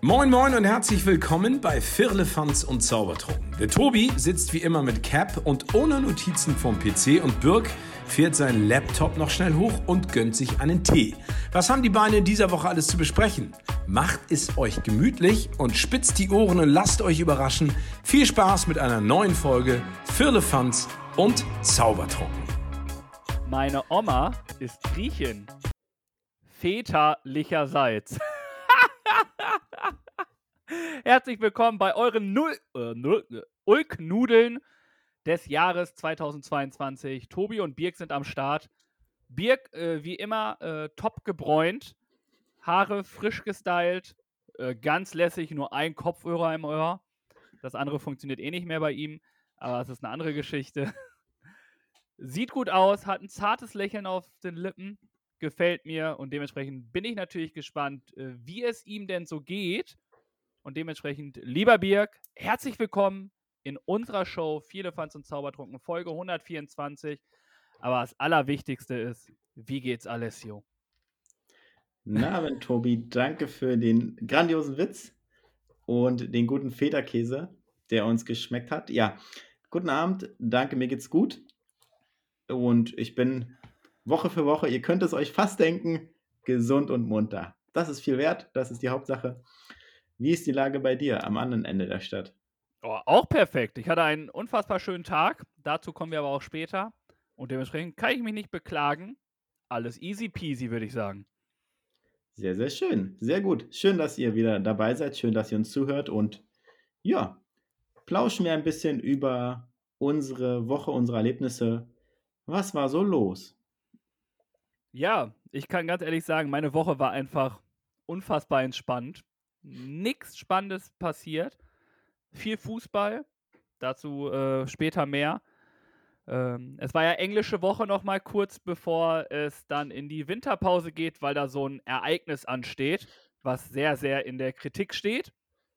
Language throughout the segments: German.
Moin moin und herzlich willkommen bei Firlefanz und Zaubertrunken. Der Tobi sitzt wie immer mit Cap und ohne Notizen vom PC und Birk fährt seinen Laptop noch schnell hoch und gönnt sich einen Tee. Was haben die Beine in dieser Woche alles zu besprechen? Macht es euch gemütlich und spitzt die Ohren und lasst euch überraschen. Viel Spaß mit einer neuen Folge Firlefanz und Zaubertrunken. Meine Oma ist Griechin. Väterlicherseits. Herzlich willkommen bei euren Ulk-Nudeln des Jahres 2022. Tobi und Birk sind am Start. Birk, wie immer, top gebräunt, Haare frisch gestylt, ganz lässig, nur ein Kopfhörer im Ohr. Das andere funktioniert eh nicht mehr bei ihm, aber es ist eine andere Geschichte. Sieht gut aus, hat ein zartes Lächeln auf den Lippen, gefällt mir und dementsprechend bin ich natürlich gespannt, wie es ihm denn so geht. Und dementsprechend, lieber Birk, herzlich willkommen in unserer Show Firlefanz und Zaubertrunken, Folge 124. Aber das Allerwichtigste ist, wie geht's Alessio? Na, Abend, Tobi, danke für den grandiosen Witz und den guten Feta-Käse, der uns geschmeckt hat. Ja, guten Abend, danke, mir geht's gut. Und ich bin Woche für Woche, ihr könnt es euch fast denken, gesund und munter. Das ist viel wert, das ist die Hauptsache. Wie ist die Lage bei dir am anderen Ende der Stadt? Oh, auch perfekt. Ich hatte einen unfassbar schönen Tag. Dazu kommen wir aber auch später. Und dementsprechend kann ich mich nicht beklagen. Alles easy peasy, würde ich sagen. Sehr, sehr schön, sehr gut. Schön, dass ihr wieder dabei seid, schön, dass ihr uns zuhört und ja, plauschen wir ein bisschen über unsere Woche, unsere Erlebnisse. Was war so los? Ja, ich kann ganz ehrlich sagen, meine Woche war einfach unfassbar entspannt. Nichts Spannendes passiert. Viel Fußball, dazu später mehr. Es war ja englische Woche noch mal kurz, bevor es dann in die Winterpause geht, weil da so ein Ereignis ansteht, was sehr, sehr in der Kritik steht.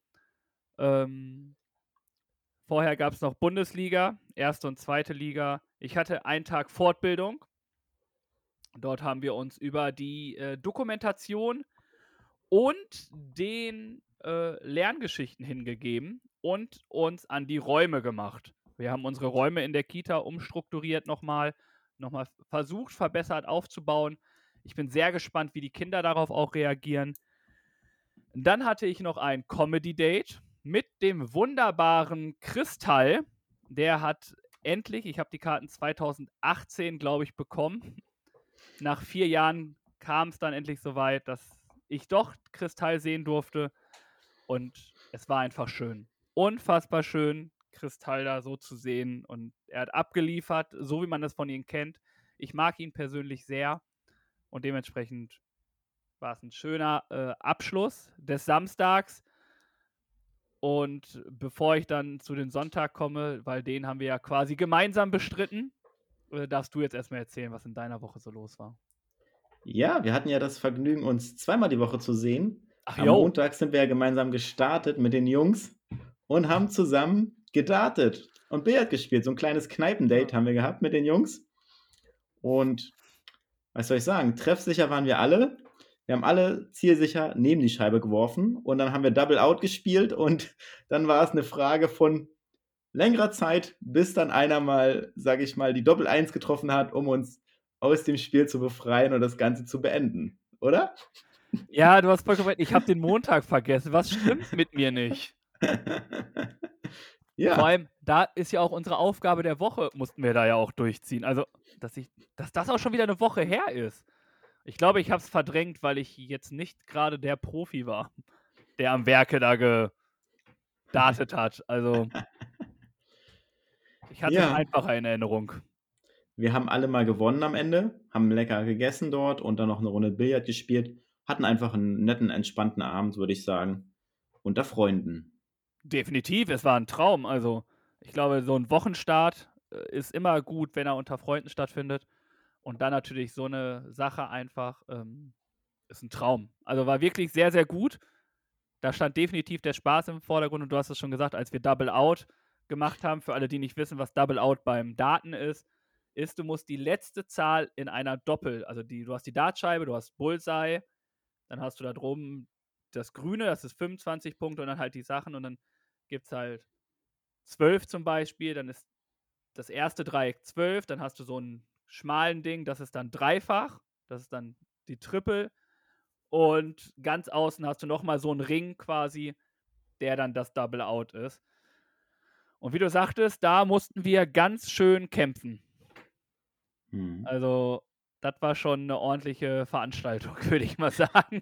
Vorher gab es noch Bundesliga, erste und zweite Liga. Ich hatte einen Tag Fortbildung. Dort haben wir uns über die Dokumentation und den Lerngeschichten hingegeben und uns an die Räume gemacht. Wir haben unsere Räume in der Kita umstrukturiert nochmal versucht, verbessert aufzubauen. Ich bin sehr gespannt, wie die Kinder darauf auch reagieren. Dann hatte ich noch ein Comedy-Date mit dem wunderbaren Kristall. Der hat endlich, ich habe die Karten 2018, glaube ich, bekommen. Nach 4 Jahren kam es dann endlich so weit, dass ich doch Kristall sehen durfte. Und es war einfach schön. Unfassbar schön, Kristall da so zu sehen. Und er hat abgeliefert, so wie man das von ihm kennt. Ich mag ihn persönlich sehr. Und dementsprechend war es ein schöner Abschluss des Samstags. Und bevor ich dann zu den Sonntag komme, weil den haben wir ja quasi gemeinsam bestritten, darfst du jetzt erstmal erzählen, was in deiner Woche so los war. Ja, wir hatten ja das Vergnügen, uns zweimal die Woche zu sehen. Ach Am jo. Montag sind wir ja gemeinsam gestartet mit den Jungs und haben zusammen gedartet und Billard gespielt. So ein kleines Kneipendate haben wir gehabt mit den Jungs. Und was soll ich sagen? Treffsicher waren wir alle. Wir haben alle zielsicher neben die Scheibe geworfen und dann haben wir Double Out gespielt und dann war es eine Frage von längerer Zeit, bis dann einer mal, sage ich mal, die Doppel-Eins getroffen hat, um uns aus dem Spiel zu befreien und das Ganze zu beenden, oder? Ja, du hast vollkommen recht. Ich habe den Montag vergessen. Was stimmt mit mir nicht? Ja. Vor allem, da ist ja auch unsere Aufgabe der Woche, mussten wir da ja auch durchziehen. Also, dass das auch schon wieder eine Woche her ist. Ich glaube, ich habe es verdrängt, weil ich jetzt nicht gerade der Profi war, der am Werke da gedartet hat. Also, ich hatte es Ja. einfacher in Erinnerung. Wir haben alle mal gewonnen am Ende, haben lecker gegessen dort und dann noch eine Runde Billard gespielt. Hatten einfach einen netten, entspannten Abend, würde ich sagen. Unter Freunden. Definitiv, es war ein Traum. Also, ich glaube, so ein Wochenstart ist immer gut, wenn er unter Freunden stattfindet. Und dann natürlich so eine Sache einfach ist ein Traum. Also war wirklich sehr, sehr gut. Da stand definitiv der Spaß im Vordergrund und du hast es schon gesagt, als wir Double Out gemacht haben, für alle, die nicht wissen, was Double Out beim Daten ist, du musst die letzte Zahl in einer du hast die Dartscheibe, du hast Bullseye, dann hast du da drum das Grüne, das ist 25 Punkte und dann halt die Sachen und dann gibt es halt 12 zum Beispiel, dann ist das erste Dreieck 12, dann hast du so einen schmalen Ding, das ist dann dreifach, das ist dann die Triple und ganz außen hast du nochmal so einen Ring quasi, der dann das Double Out ist. Und wie du sagtest, da mussten wir ganz schön kämpfen. Also, das war schon eine ordentliche Veranstaltung, würde ich mal sagen.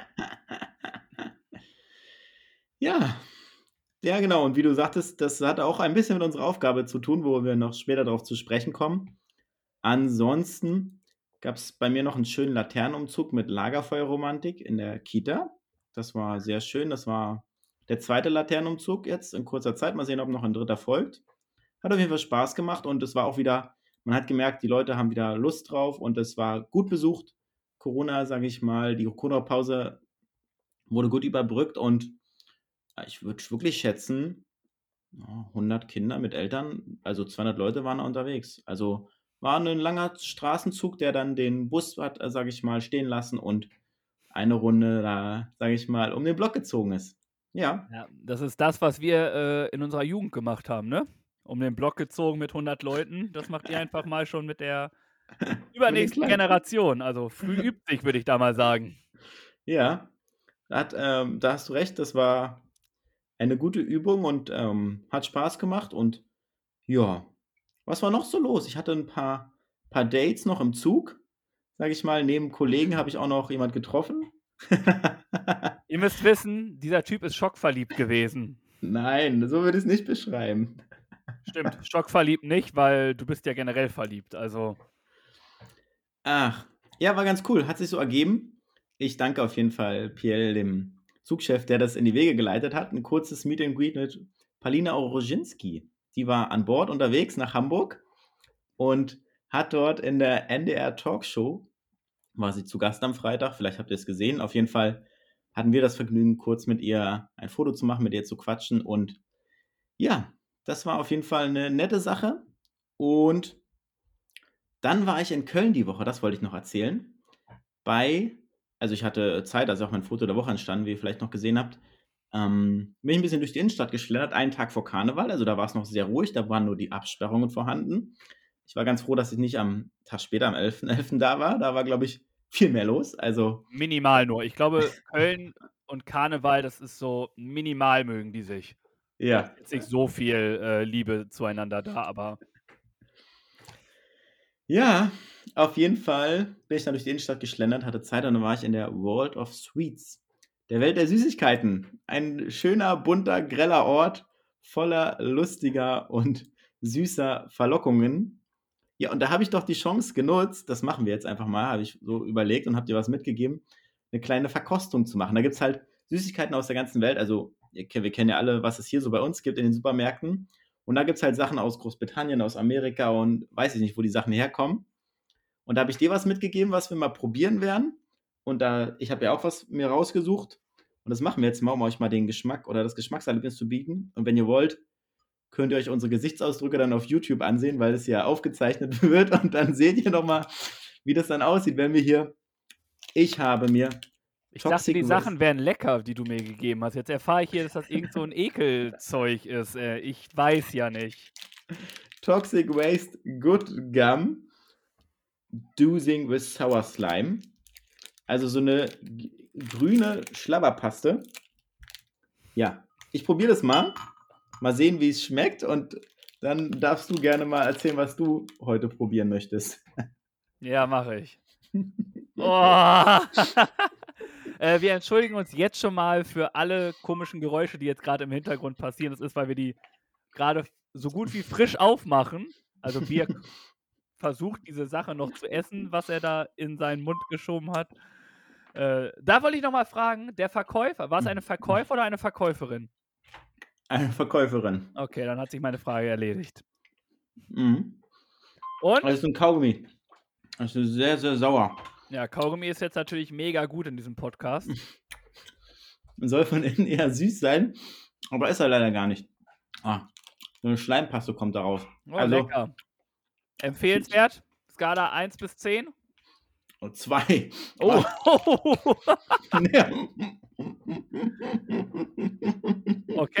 Ja. Ja, genau. Und wie du sagtest, das hat auch ein bisschen mit unserer Aufgabe zu tun, wo wir noch später darauf zu sprechen kommen. Ansonsten gab es bei mir noch einen schönen Laternenumzug mit Lagerfeuerromantik in der Kita. Das war sehr schön. Das war der zweite Laternenumzug jetzt in kurzer Zeit. Mal sehen, ob noch ein dritter folgt. Hat auf jeden Fall Spaß gemacht und es war auch wieder, man hat gemerkt, die Leute haben wieder Lust drauf und es war gut besucht. Corona, sage ich mal, die Corona-Pause wurde gut überbrückt und ich würde wirklich schätzen, 100 Kinder mit Eltern, also 200 Leute waren da unterwegs. Also war ein langer Straßenzug, der dann den Bus hat, sage ich mal, stehen lassen und eine Runde da, sage ich mal, um den Block gezogen ist. Ja. Ja, das ist das, was wir in unserer Jugend gemacht haben, ne? Um den Block gezogen mit 100 Leuten. Das macht ihr einfach mal schon mit der übernächsten Kleinen. Generation. Also früh übt sich, würde ich da mal sagen. Ja, da hast du recht, das war eine gute Übung und hat Spaß gemacht. Und ja, was war noch so los? Ich hatte ein paar Dates noch im Zug, sage ich mal. Neben Kollegen habe ich auch noch jemand getroffen. Ihr müsst wissen, dieser Typ ist schockverliebt gewesen. Nein, so würde ich es nicht beschreiben. Stimmt, schockverliebt nicht, weil du bist ja generell verliebt. Also Ach, ja, war ganz cool. Hat sich so ergeben. Ich danke auf jeden Fall Piel, dem Zugchef, der das in die Wege geleitet hat. Ein kurzes Meet and Greet mit Palina Oroginski. Die war an Bord unterwegs nach Hamburg und hat dort in der NDR Talkshow, war sie zu Gast am Freitag, vielleicht habt ihr es gesehen. Auf jeden Fall hatten wir das Vergnügen, kurz mit ihr ein Foto zu machen, mit ihr zu quatschen. Und ja, das war auf jeden Fall eine nette Sache. Und dann war ich in Köln die Woche, das wollte ich noch erzählen. Also ich hatte Zeit, also auch mein Foto der Woche entstanden, wie ihr vielleicht noch gesehen habt. Bin ich ein bisschen durch die Innenstadt geschlendert, einen Tag vor Karneval, also da war es noch sehr ruhig, da waren nur die Absperrungen vorhanden. Ich war ganz froh, dass ich nicht am Tag später, am 11.11. da war, glaube ich, viel mehr los. Also minimal nur. Ich glaube, Köln und Karneval, das ist so minimal mögen die sich. Da ja, ist jetzt nicht so viel Liebe zueinander da, aber ja, auf jeden Fall bin ich dann durch die Innenstadt geschlendert, hatte Zeit und dann war ich in der World of Sweets, der Welt der Süßigkeiten. Ein schöner, bunter, greller Ort voller lustiger und süßer Verlockungen. Ja, und da habe ich doch die Chance genutzt, das machen wir jetzt einfach mal, habe ich so überlegt und habe dir was mitgegeben, eine kleine Verkostung zu machen. Da gibt es halt Süßigkeiten aus der ganzen Welt. Also wir kennen ja alle, was es hier so bei uns gibt in den Supermärkten. Und da gibt es halt Sachen aus Großbritannien, aus Amerika und weiß ich nicht, wo die Sachen herkommen. Und da habe ich dir was mitgegeben, was wir mal probieren werden. Und ich habe ja auch was mir rausgesucht. Und das machen wir jetzt mal, um euch mal den Geschmack oder das Geschmackserlebnis zu bieten. Und wenn ihr wollt, könnt ihr euch unsere Gesichtsausdrücke dann auf YouTube ansehen, weil es ja aufgezeichnet wird. Und dann seht ihr nochmal, wie das dann aussieht, wenn wir hier. Ich habe mir. ich dachte, die Sachen wären lecker, die du mir gegeben hast. Jetzt erfahre ich hier, dass das irgend so ein Ekelzeug ist. Ich weiß ja nicht. Toxic Waste Good Gum Doozing with Sour Slime. Also so eine grüne Schlabberpaste. Ja, ich probiere das mal. Mal sehen, wie es schmeckt. Und dann darfst du gerne mal erzählen, was du heute probieren möchtest. Ja, mache ich. Oh. Wir entschuldigen uns jetzt schon mal für alle komischen Geräusche, die jetzt gerade im Hintergrund passieren. Das ist, weil wir die gerade so gut wie frisch aufmachen. Also Bier versucht, diese Sache noch zu essen, was er da in seinen Mund geschoben hat. Da wollte ich noch mal fragen, der Verkäufer, war es eine Verkäufer oder eine Verkäuferin? Eine Verkäuferin. Okay, dann hat sich meine Frage erledigt. Mhm. Und? Das ist ein Kaugummi. Das ist sehr, sehr sauer. Ja, Kaugummi ist jetzt natürlich mega gut in diesem Podcast. Soll von innen eher süß sein, aber ist er leider gar nicht. So eine Schleimpaste kommt da raus. Oh, also, lecker. Empfehlenswert? Skala 1 bis 10? 2. Oh.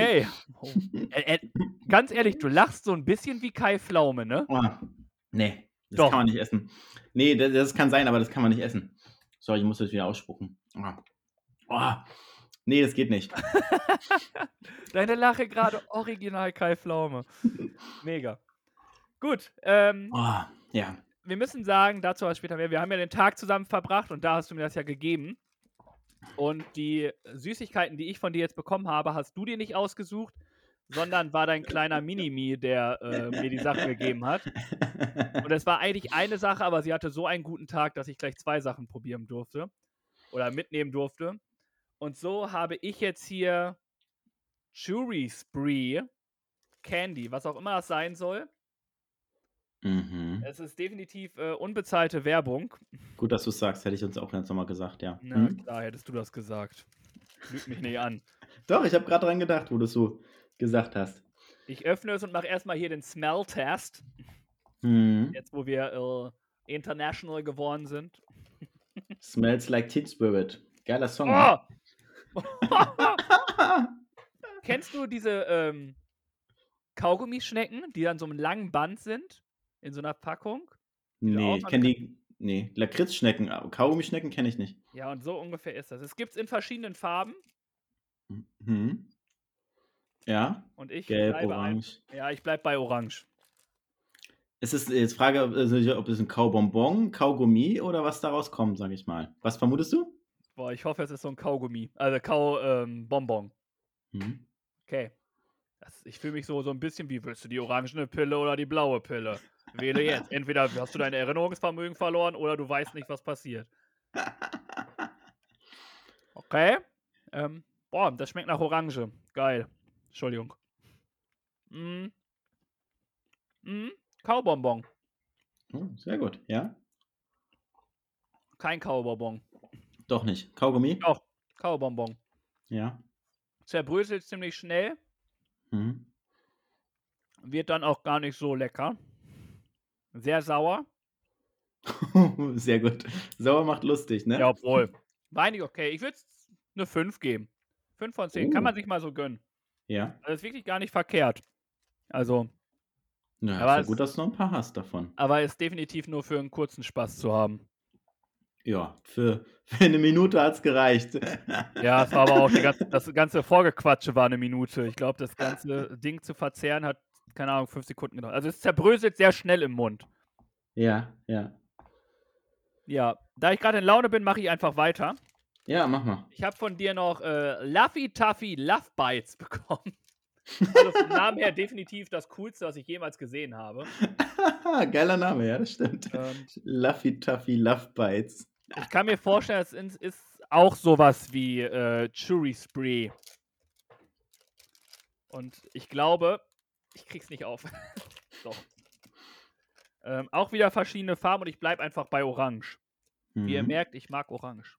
Okay. Oh. Ganz ehrlich, du lachst so ein bisschen wie Kai Pflaume, ne? Oh, nee, das Doch. kann man nicht essen. Nee, das kann sein, aber das kann man nicht essen. Sorry, ich muss das wieder ausspucken. Oh. Nee, das geht nicht. Deine Lache gerade original Kai Pflaume. Mega. Gut, Oh, ja. wir müssen sagen, dazu was später mehr, wir haben ja den Tag zusammen verbracht und da hast du mir das ja gegeben. Und die Süßigkeiten, die ich von dir jetzt bekommen habe, hast du dir nicht ausgesucht, sondern war dein kleiner Mini-Me, der mir die Sachen gegeben hat. Und es war eigentlich eine Sache, aber sie hatte so einen guten Tag, dass ich gleich 2 Sachen probieren durfte oder mitnehmen durfte. Und so habe ich jetzt hier Chewy Spree Candy, was auch immer es sein soll. Mhm. Es ist definitiv unbezahlte Werbung. Gut, dass du es sagst, hätte ich uns auch ganz nochmal gesagt, ja. Na klar, hättest du das gesagt. Lüg mich nicht an. Doch, ich habe gerade dran gedacht, wo du es so gesagt hast. Ich öffne es und mache erstmal hier den Smell-Test. Mhm. Jetzt, wo wir international geworden sind. Smells like Teen Spirit. Geiler Song. Oh! Kennst du diese Kaugummischnecken, die an so einem langen Band sind? In so einer Packung? Nee, ich kenne die. Nee, Lakritzschnecken. Kaugummischnecken kenne ich nicht. Ja, und so ungefähr ist das. Es gibt es in verschiedenen Farben. Mhm. Ja. Und ich Gelb, bleibe orange. ich bleibe bei orange. Es ist jetzt Frage, ob es ein Kaubonbon, Kaugummi oder was daraus kommt, sage ich mal. Was vermutest du? Boah, ich hoffe, es ist so ein Kaugummi. Also Kaubonbon. Mhm. Okay. Ich fühle mich so ein bisschen wie, willst du die orangene Pille oder die blaue Pille? Wähle jetzt. Entweder hast du dein Erinnerungsvermögen verloren oder du weißt nicht, was passiert. Okay. Boah, das schmeckt nach Orange. Geil. Entschuldigung. Kaubonbon. Oh, sehr gut, ja. Kein Kaubonbon. Doch nicht. Kaugummi? Doch, Kaubonbon. Ja. Zerbröselt ziemlich schnell. Mhm. Wird dann auch gar nicht so lecker. Sehr sauer. Sehr gut. Sauer macht lustig, ne? Ja, obwohl. War eigentlich okay. Ich würde es eine 5 geben. 5 von 10. Kann man sich mal so gönnen. Ja. Also ist wirklich gar nicht verkehrt. Also. Ja, aber ist ja gut, dass du noch ein paar hast davon. Aber ist definitiv nur für einen kurzen Spaß zu haben. Ja, für eine Minute hat es gereicht. Ja, es war aber auch das ganze Vorgequatsche war eine Minute. Ich glaube, das ganze Ding zu verzehren hat, keine Ahnung, 5 Sekunden gedauert. Also es zerbröselt sehr schnell im Mund. Ja, ja. Ja, da ich gerade in Laune bin, mache ich einfach weiter. Ja, mach mal. Ich habe von dir noch Luffy Tuffy Love Bites bekommen. Also vom Namen her definitiv das Coolste, was ich jemals gesehen habe. Geiler Name, ja, das stimmt. Luffy Tuffy Love Bites. Ich kann mir vorstellen, es ist auch sowas wie Chewy Spree. Und ich glaube, ich krieg's nicht auf. Doch. Auch wieder verschiedene Farben und ich bleibe einfach bei Orange. Wie ihr merkt, ich mag Orange.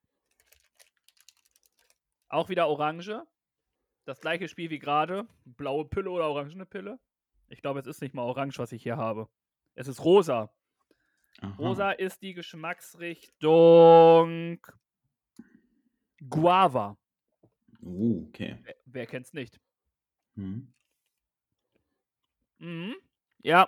Auch wieder Orange. Das gleiche Spiel wie gerade. Blaue Pille oder orangene Pille. Ich glaube, es ist nicht mal orange, was ich hier habe. Es ist rosa. Aha. Rosa ist die Geschmacksrichtung Guava. Okay. Wer kennt's nicht? Mhm. Ja.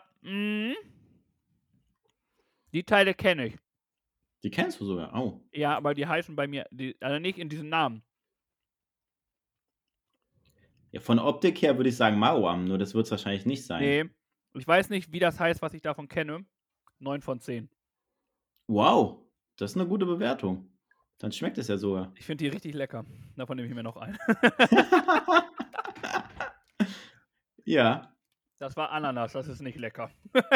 Die Teile kenne ich. Die kennst du sogar? Oh. Ja, aber die heißen bei mir, also nicht in diesem Namen. Ja, von Optik her würde ich sagen Mauam, nur das wird es wahrscheinlich nicht sein. Nee, ich weiß nicht, wie das heißt, was ich davon kenne. 9 von 10. Wow, das ist eine gute Bewertung. Dann schmeckt es ja sogar. Ich finde die richtig lecker. Davon nehme ich mir noch ein. Ja. Das war Ananas, das ist nicht lecker.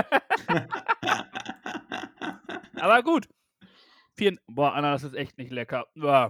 Aber gut. Boah, Ananas ist echt nicht lecker. Boah.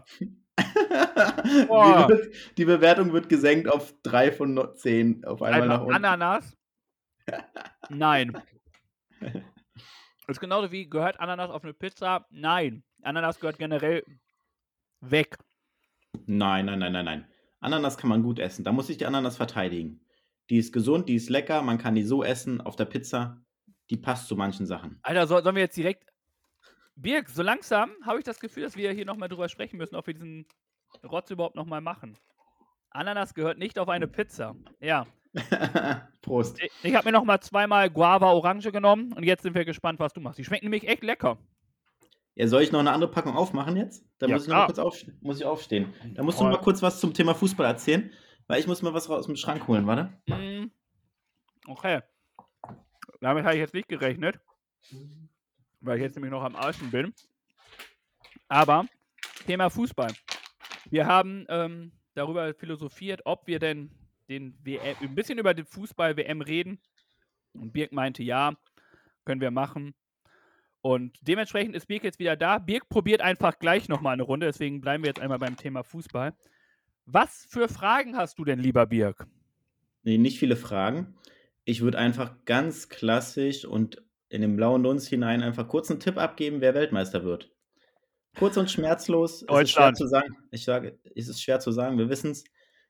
Die Bewertung wird gesenkt auf 3 von 10 auf einmal nach unten. Ananas? Nein. Das ist genauso wie, gehört Ananas auf eine Pizza? Nein. Ananas gehört generell weg. Nein. Ananas kann man gut essen. Da muss ich die Ananas verteidigen. Die ist gesund, die ist lecker, man kann die so essen auf der Pizza. Die passt zu manchen Sachen. Alter, sollen wir jetzt direkt... Birk, so langsam habe ich das Gefühl, dass wir hier nochmal drüber sprechen müssen, ob wir diesen Rotz überhaupt nochmal machen. Ananas gehört nicht auf eine Pizza. Ja. Prost. Ich habe mir noch mal zweimal Guava Orange genommen und jetzt sind wir gespannt, was du machst. Die schmecken nämlich echt lecker. Ja, soll ich noch eine andere Packung aufmachen jetzt? Da Ja, muss ich noch mal klar. kurz muss ich aufstehen. Da musst du Oh. mal kurz was zum Thema Fußball erzählen, weil ich muss mal was aus dem Schrank holen, warte. Okay. Damit habe ich jetzt nicht gerechnet, weil ich jetzt nämlich noch am Arschen bin. Aber Thema Fußball. Wir haben darüber philosophiert, ob wir denn ein bisschen über den Fußball-WM reden. Und Birk meinte, ja, können wir machen. Und dementsprechend ist Birk jetzt wieder da. Birk probiert einfach gleich nochmal eine Runde, deswegen bleiben wir jetzt einmal beim Thema Fußball. Was für Fragen hast du denn, lieber Birk? Nee, nicht viele Fragen. Ich würde einfach ganz klassisch und in den blauen Dunst hinein einfach kurz einen Tipp abgeben, wer Weltmeister wird. Kurz und schmerzlos. Es ist schwer Deutschland. zu sagen. Ich sage, es ist schwer zu sagen, wir wissen es.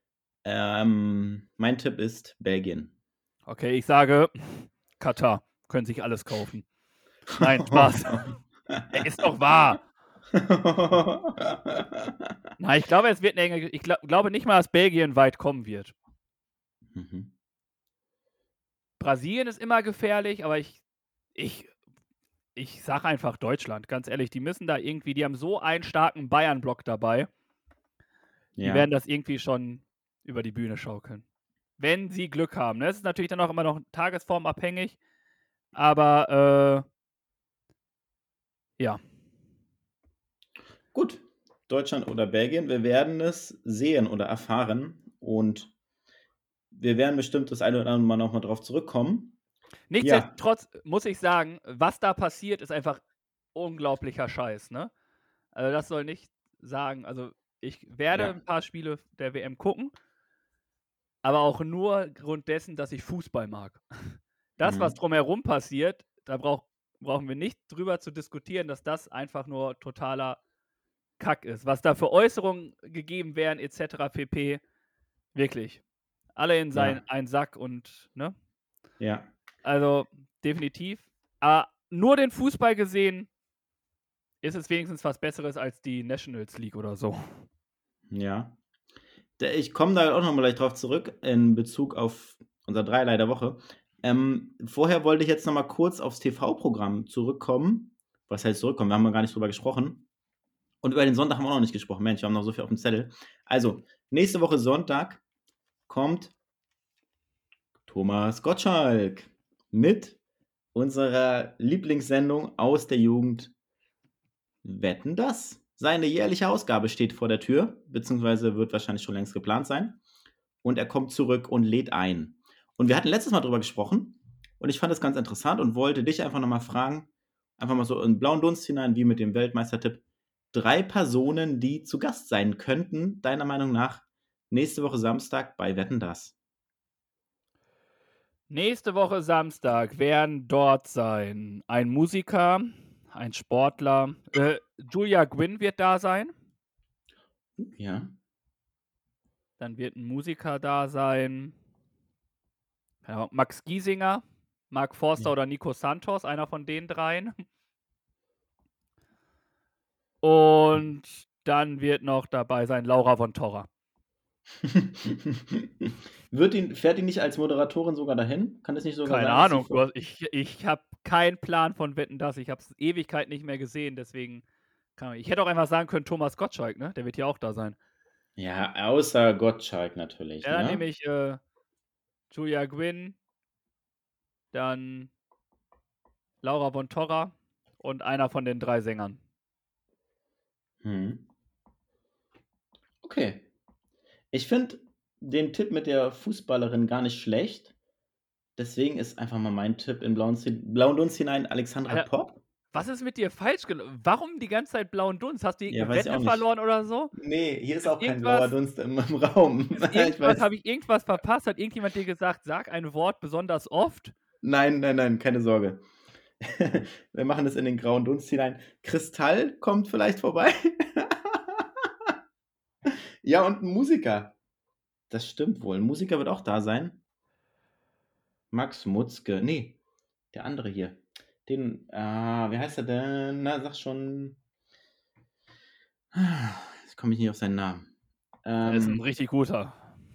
Mein Tipp ist Belgien. Okay, ich sage Katar. Können sich alles kaufen. Nein, Spaß. Ist doch wahr. Nein, ich glaube, es wird eine enge. Ich glaube nicht mal, dass Belgien weit kommen wird. Mhm. Brasilien ist immer gefährlich, aber ich sage einfach Deutschland, ganz ehrlich. Die müssen da irgendwie, die haben so einen starken Bayern-Block dabei. Die Ja. werden das irgendwie schon über die Bühne schaukeln. Wenn sie Glück haben. Das ist natürlich dann auch immer noch tagesformabhängig. Aber, ja. Gut. Deutschland oder Belgien, wir werden es sehen oder erfahren. Und wir werden bestimmt das eine oder andere Mal nochmal drauf zurückkommen. Nichtsdestotrotz muss ich sagen, was da passiert, ist einfach unglaublicher Scheiß, ne? Also das soll nicht sagen, also ich werde ein paar Spiele der WM gucken, aber auch nur aufgrund dessen, dass ich Fußball mag. Das, was drumherum passiert, da brauchen wir nicht drüber zu diskutieren, dass das einfach nur totaler Kack ist. Was da für Äußerungen gegeben werden, etc. pp. Wirklich. Alle in einen Sack und, ne? Ja. Also, definitiv. Aber nur den Fußball gesehen, ist es wenigstens was Besseres als die Nationals League oder so. Ja. Ich komme da auch nochmal gleich drauf zurück in Bezug auf unser Dreierlei der Woche. Vorher wollte ich jetzt nochmal kurz aufs TV-Programm zurückkommen. Was heißt zurückkommen? Wir haben ja gar nicht drüber gesprochen. Und über den Sonntag haben wir auch noch nicht gesprochen. Mensch, wir haben noch so viel auf dem Zettel. Also, nächste Woche Sonntag kommt Thomas Gottschalk mit unserer Lieblingssendung aus der Jugend Wetten, dass? Seine jährliche Ausgabe steht vor der Tür, beziehungsweise wird wahrscheinlich schon längst geplant sein. Und er kommt zurück und lädt ein. Und wir hatten letztes Mal drüber gesprochen und ich fand es ganz interessant und wollte dich einfach nochmal fragen, einfach mal so in blauen Dunst hinein, wie mit dem Weltmeistertipp, 3 Personen, die zu Gast sein könnten, deiner Meinung nach, nächste Woche Samstag bei Wetten, dass? Nächste Woche Samstag werden dort sein ein Musiker, ein Sportler. Julia Gwynn wird da sein. Ja. Dann wird ein Musiker da sein. Ja, Max Giesinger, Mark Forster oder Nico Santos, einer von den dreien. Und dann wird noch dabei sein Laura von Torra. Fährt die nicht als Moderatorin sogar dahin? Kann das nicht sogar Keine sein? Ahnung. Ich habe keinen Plan von Wetten, dass. Ich habe es Ewigkeit nicht mehr gesehen, deswegen ich hätte auch einfach sagen können, Thomas Gottschalk, ne? Der wird ja auch da sein. Ja, außer Gottschalk natürlich. Ja, dann ne? nehme ich Julia Gwynn, dann Laura von Torra und einer von den 3 Sängern. Okay. Ich finde den Tipp mit der Fußballerin gar nicht schlecht. Deswegen ist einfach mal mein Tipp in blauen Dunst hinein Alexandra Alter, Popp. Was ist mit dir falsch gelaufen? Warum die ganze Zeit blauen Dunst? Hast du Ja, irgendeine weiß ich auch Wette nicht. verloren oder so? Nee, hier ist Ist auch kein irgendwas- blauer Dunst im Raum. Ich weiß. Habe ich irgendwas verpasst? Hat irgendjemand dir gesagt, sag ein Wort besonders oft? Nein, keine Sorge. Wir machen das in den grauen Dunst hinein. Kristall kommt vielleicht vorbei. Ja, und ein Musiker. Das stimmt wohl. Ein Musiker wird auch da sein. Max Mutzke. Nee, der andere hier. Den, wie heißt er denn? Na, sag schon. Jetzt komme ich nicht auf seinen Namen. Er ist ein richtig guter.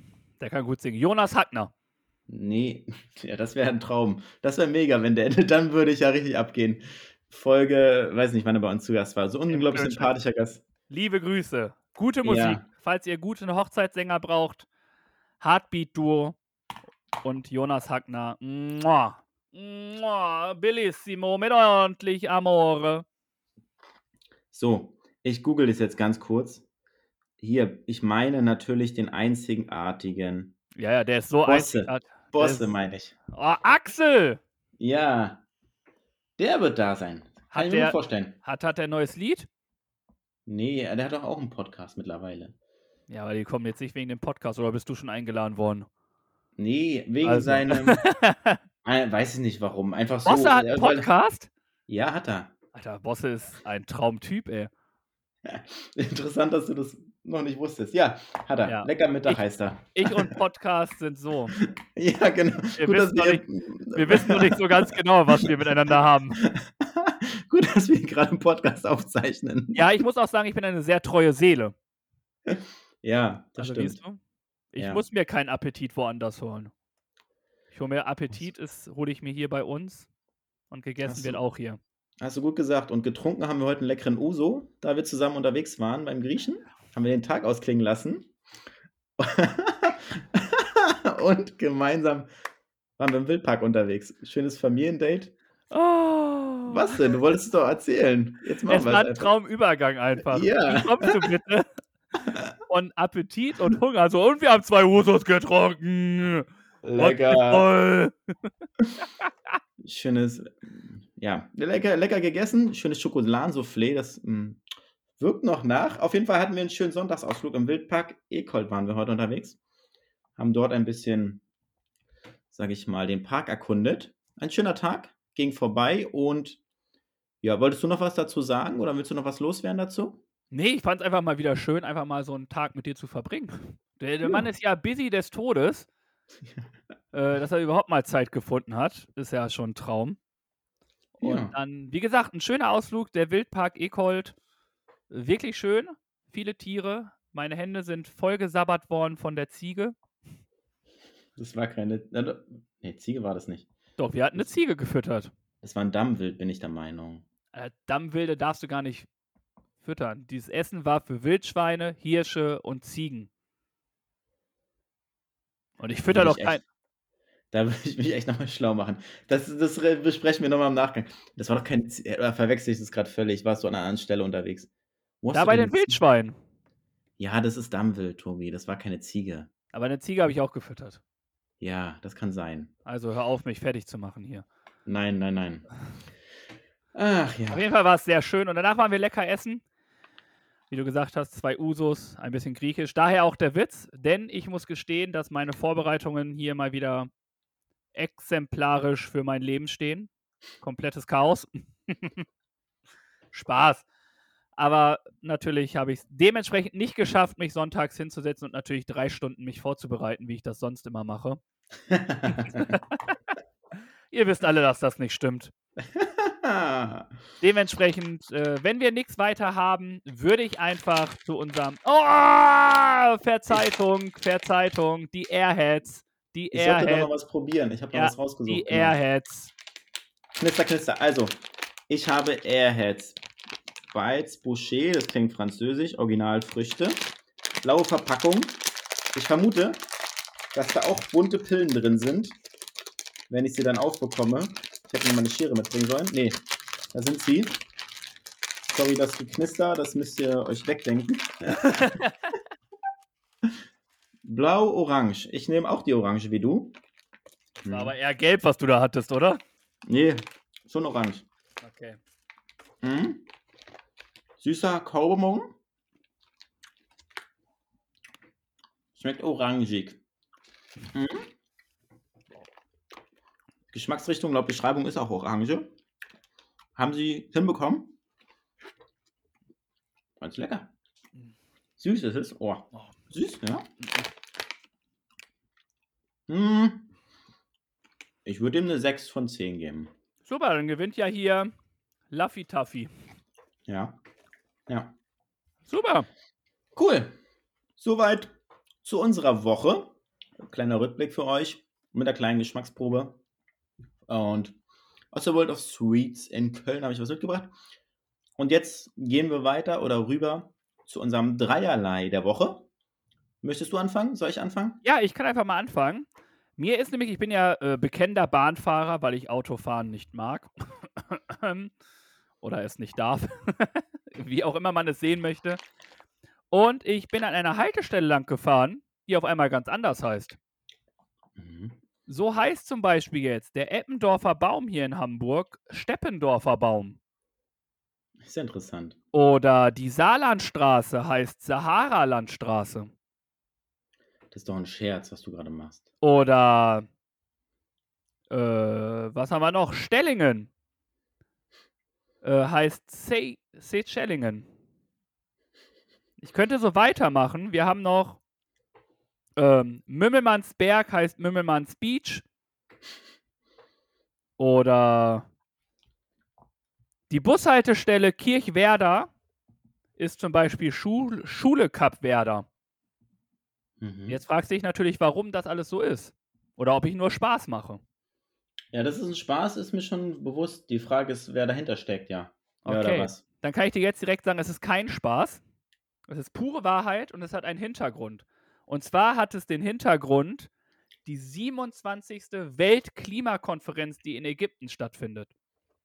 Der kann gut singen. Jonas Hackner. Nee, ja, das wäre ein Traum. Das wäre mega, wenn der endet. Dann würde ich ja richtig abgehen. Folge, weiß nicht, wann er bei uns zu Gast war. So unglaublich Blödsinn. sympathischer Gast. Liebe Grüße. Gute Musik. Ja. Falls ihr guten Hochzeitssänger braucht, Heartbeat-Duo und Jonas Hackner. Mua. Mua. Bellissimo, mit ordentlich Amore. So, ich google das jetzt ganz kurz. Hier, ich meine natürlich den einzigartigen. Ja, der ist so Bosse. einzigartig. Bosse meine ich. Oh, Axel! Ja, der wird da sein. Kann ich mir gut vorstellen. Hat der ein neues Lied? Nee, der hat doch auch einen Podcast mittlerweile. Ja, aber die kommen jetzt nicht wegen dem Podcast, oder bist du schon eingeladen worden? Nee, wegen seinem. Weiß ich nicht warum. Einfach so. Bosse hat einen Podcast? Ja, hat er. Alter, Bosse ist ein Traumtyp, ey. Interessant, dass du das noch nicht wusstest. Ja, hat er. Ja. Lecker Mittag heißt er. Ich und Podcast sind so. Ja, genau. Wir wissen noch nicht so ganz genau, was wir miteinander haben. Gut, dass wir gerade einen Podcast aufzeichnen. Ja, ich muss auch sagen, ich bin eine sehr treue Seele. Ja, das Also, stimmt. siehst du? Ich muss mir keinen Appetit woanders holen. Ich hole mir Appetit, hole ich mir hier bei uns und gegessen wird auch hier. Hast du gut gesagt. Und getrunken haben wir heute einen leckeren Uso, da wir zusammen unterwegs waren beim Griechen. Haben wir den Tag ausklingen lassen. Und gemeinsam waren wir im Wildpark unterwegs. Schönes Familiendate. Oh. Was denn? Du wolltest es doch erzählen. Jetzt machen Es wir war ein Traumübergang einfach. Ja. Wie kommst du bitte? Von Appetit und Hunger. So, und wir haben 2 Usos getrunken. Lecker. Schönes, ja, lecker gegessen. Schönes Schokoladen-Soufflé. Das wirkt noch nach. Auf jeden Fall hatten wir einen schönen Sonntagsausflug im Wildpark. Ekold waren wir heute unterwegs. Haben dort ein bisschen, sage ich mal, den Park erkundet. Ein schöner Tag, ging vorbei und ja, wolltest du noch was dazu sagen oder willst du noch was loswerden dazu? Nee, ich fand es einfach mal wieder schön, einfach mal so einen Tag mit dir zu verbringen. Der Mann ist ja busy des Todes. Dass er überhaupt mal Zeit gefunden hat, ist ja schon ein Traum. Und dann, wie gesagt, ein schöner Ausflug, der Wildpark Ekold. Wirklich schön, viele Tiere. Meine Hände sind voll gesabbert worden von der Ziege. Das war keine. Nee, Ziege war das nicht. Doch, wir hatten eine Ziege gefüttert. Es war ein Dammwild, bin ich der Meinung. Dammwilde darfst du gar nicht füttern. Dieses Essen war für Wildschweine, Hirsche und Ziegen. Und ich fütter doch kein. Da würde ich mich echt nochmal schlau machen. Das besprechen wir nochmal im Nachgang. Das war doch kein. Oder verwechsel ich das gerade völlig? Warst du an einer anderen Stelle unterwegs? Da bei den Wildschweinen. Ja, das ist Dammwild, Tobi. Das war keine Ziege. Aber eine Ziege habe ich auch gefüttert. Ja, das kann sein. Also hör auf, mich fertig zu machen hier. Nein. Ach ja. Auf jeden Fall war es sehr schön. Und danach waren wir lecker essen. Wie du gesagt hast, 2 Usos, ein bisschen griechisch. Daher auch der Witz, denn ich muss gestehen, dass meine Vorbereitungen hier mal wieder exemplarisch für mein Leben stehen. Komplettes Chaos. Spaß. Aber natürlich habe ich es dementsprechend nicht geschafft, mich sonntags hinzusetzen und natürlich 3 Stunden mich vorzubereiten, wie ich das sonst immer mache. Ihr wisst alle, dass das nicht stimmt. Dementsprechend, wenn wir nichts weiter haben, würde ich einfach zu unserem Verzeitung, die Airheads. Ich sollte doch noch was probieren. Ich habe noch was rausgesucht. Die Airheads. Knister. Also, ich habe Airheads. Bites Boucher, das klingt französisch, Originalfrüchte. Blaue Verpackung. Ich vermute, dass da auch bunte Pillen drin sind, wenn ich sie dann aufbekomme. Ich hätte mir mal eine Schere mitbringen sollen. Nee, da sind sie. Sorry, das Geknister, das müsst ihr euch wegdenken. Blau-Orange. Ich nehme auch die Orange wie du. War aber eher gelb, was du da hattest, oder? Nee, schon orange. Okay. Süßer Kaugummi. Schmeckt orangig. Geschmacksrichtung laut Beschreibung ist auch Orange. Haben sie hinbekommen? Ganz lecker. Süß ist es. Oh, süß, ja. Ich würde ihm eine 6 von 10 geben. Super, dann gewinnt ja hier Laffy Taffy. Ja. Super. Cool. Soweit zu unserer Woche. kleiner Rückblick für euch mit einer kleinen Geschmacksprobe. Und aus der World of Sweets in Köln habe ich was mitgebracht. Und jetzt gehen wir weiter oder rüber zu unserem Dreierlei der Woche. Möchtest du anfangen? Soll ich anfangen? Ja, ich kann einfach mal anfangen. Mir ist nämlich, ich bin ja bekennender Bahnfahrer, weil ich Autofahren nicht mag. Oder es nicht darf. Wie auch immer man es sehen möchte. Und ich bin an einer Haltestelle lang gefahren, die auf einmal ganz anders heißt. Mhm. So heißt zum Beispiel jetzt der Eppendorfer Baum hier in Hamburg Steppendorfer Baum. Sehr interessant. Oder die Saarlandstraße heißt Sahara-Landstraße. Das ist doch ein Scherz, was du gerade machst. Oder was haben wir noch? Stellingen heißt Seychellingen. Ich könnte so weitermachen. Wir haben noch Mümmelmannsberg heißt Mümmelmanns Beach. Oder die Bushaltestelle Kirchwerder ist zum Beispiel Schule Kapwerder. Mhm. Jetzt fragst du dich natürlich, warum das alles so ist. Oder ob ich nur Spaß mache. Ja, das ist ein Spaß, ist mir schon bewusst. Die Frage ist, wer dahinter steckt, ja. Wer oder Okay, was. dann kann ich dir jetzt direkt sagen, es ist kein Spaß. Es ist pure Wahrheit und es hat einen Hintergrund. Und zwar hat es den Hintergrund, die 27. Weltklimakonferenz, die in Ägypten stattfindet.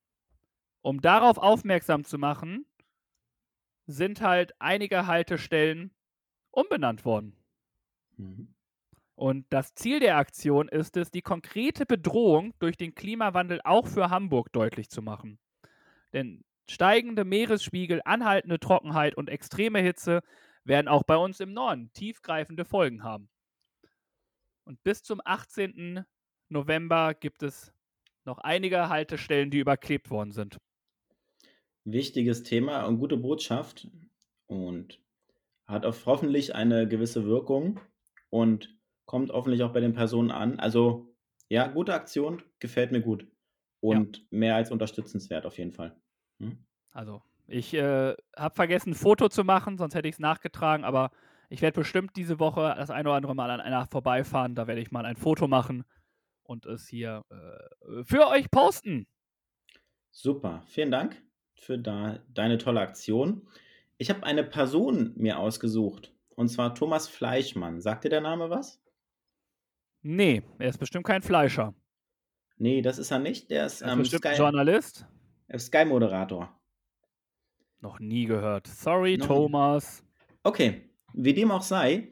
Um darauf aufmerksam zu machen, sind halt einige Haltestellen umbenannt worden. Mhm. Und das Ziel der Aktion ist es, die konkrete Bedrohung durch den Klimawandel auch für Hamburg deutlich zu machen. Denn steigende Meeresspiegel, anhaltende Trockenheit und extreme Hitze werden auch bei uns im Norden tiefgreifende Folgen haben. Und bis zum 18. November gibt es noch einige Haltestellen, die überklebt worden sind. Wichtiges Thema und gute Botschaft und hat auch hoffentlich eine gewisse Wirkung und kommt hoffentlich auch bei den Personen an. Also ja, gute Aktion, gefällt mir gut und mehr als unterstützenswert auf jeden Fall. Hm? Also, ich habe vergessen, ein Foto zu machen, sonst hätte ich es nachgetragen, aber ich werde bestimmt diese Woche das eine oder andere Mal an einer vorbeifahren. Da werde ich mal ein Foto machen und es hier für euch posten. Super, vielen Dank für deine tolle Aktion. Ich habe eine Person mir ausgesucht und zwar Thomas Fleischmann. Sagt dir der Name was? Nee, er ist bestimmt kein Fleischer. Nee, das ist er nicht. Der ist Er ist bestimmt ein Journalist. Sky-Moderator. Noch nie gehört. Sorry, Noch nie. Thomas. Okay, wie dem auch sei.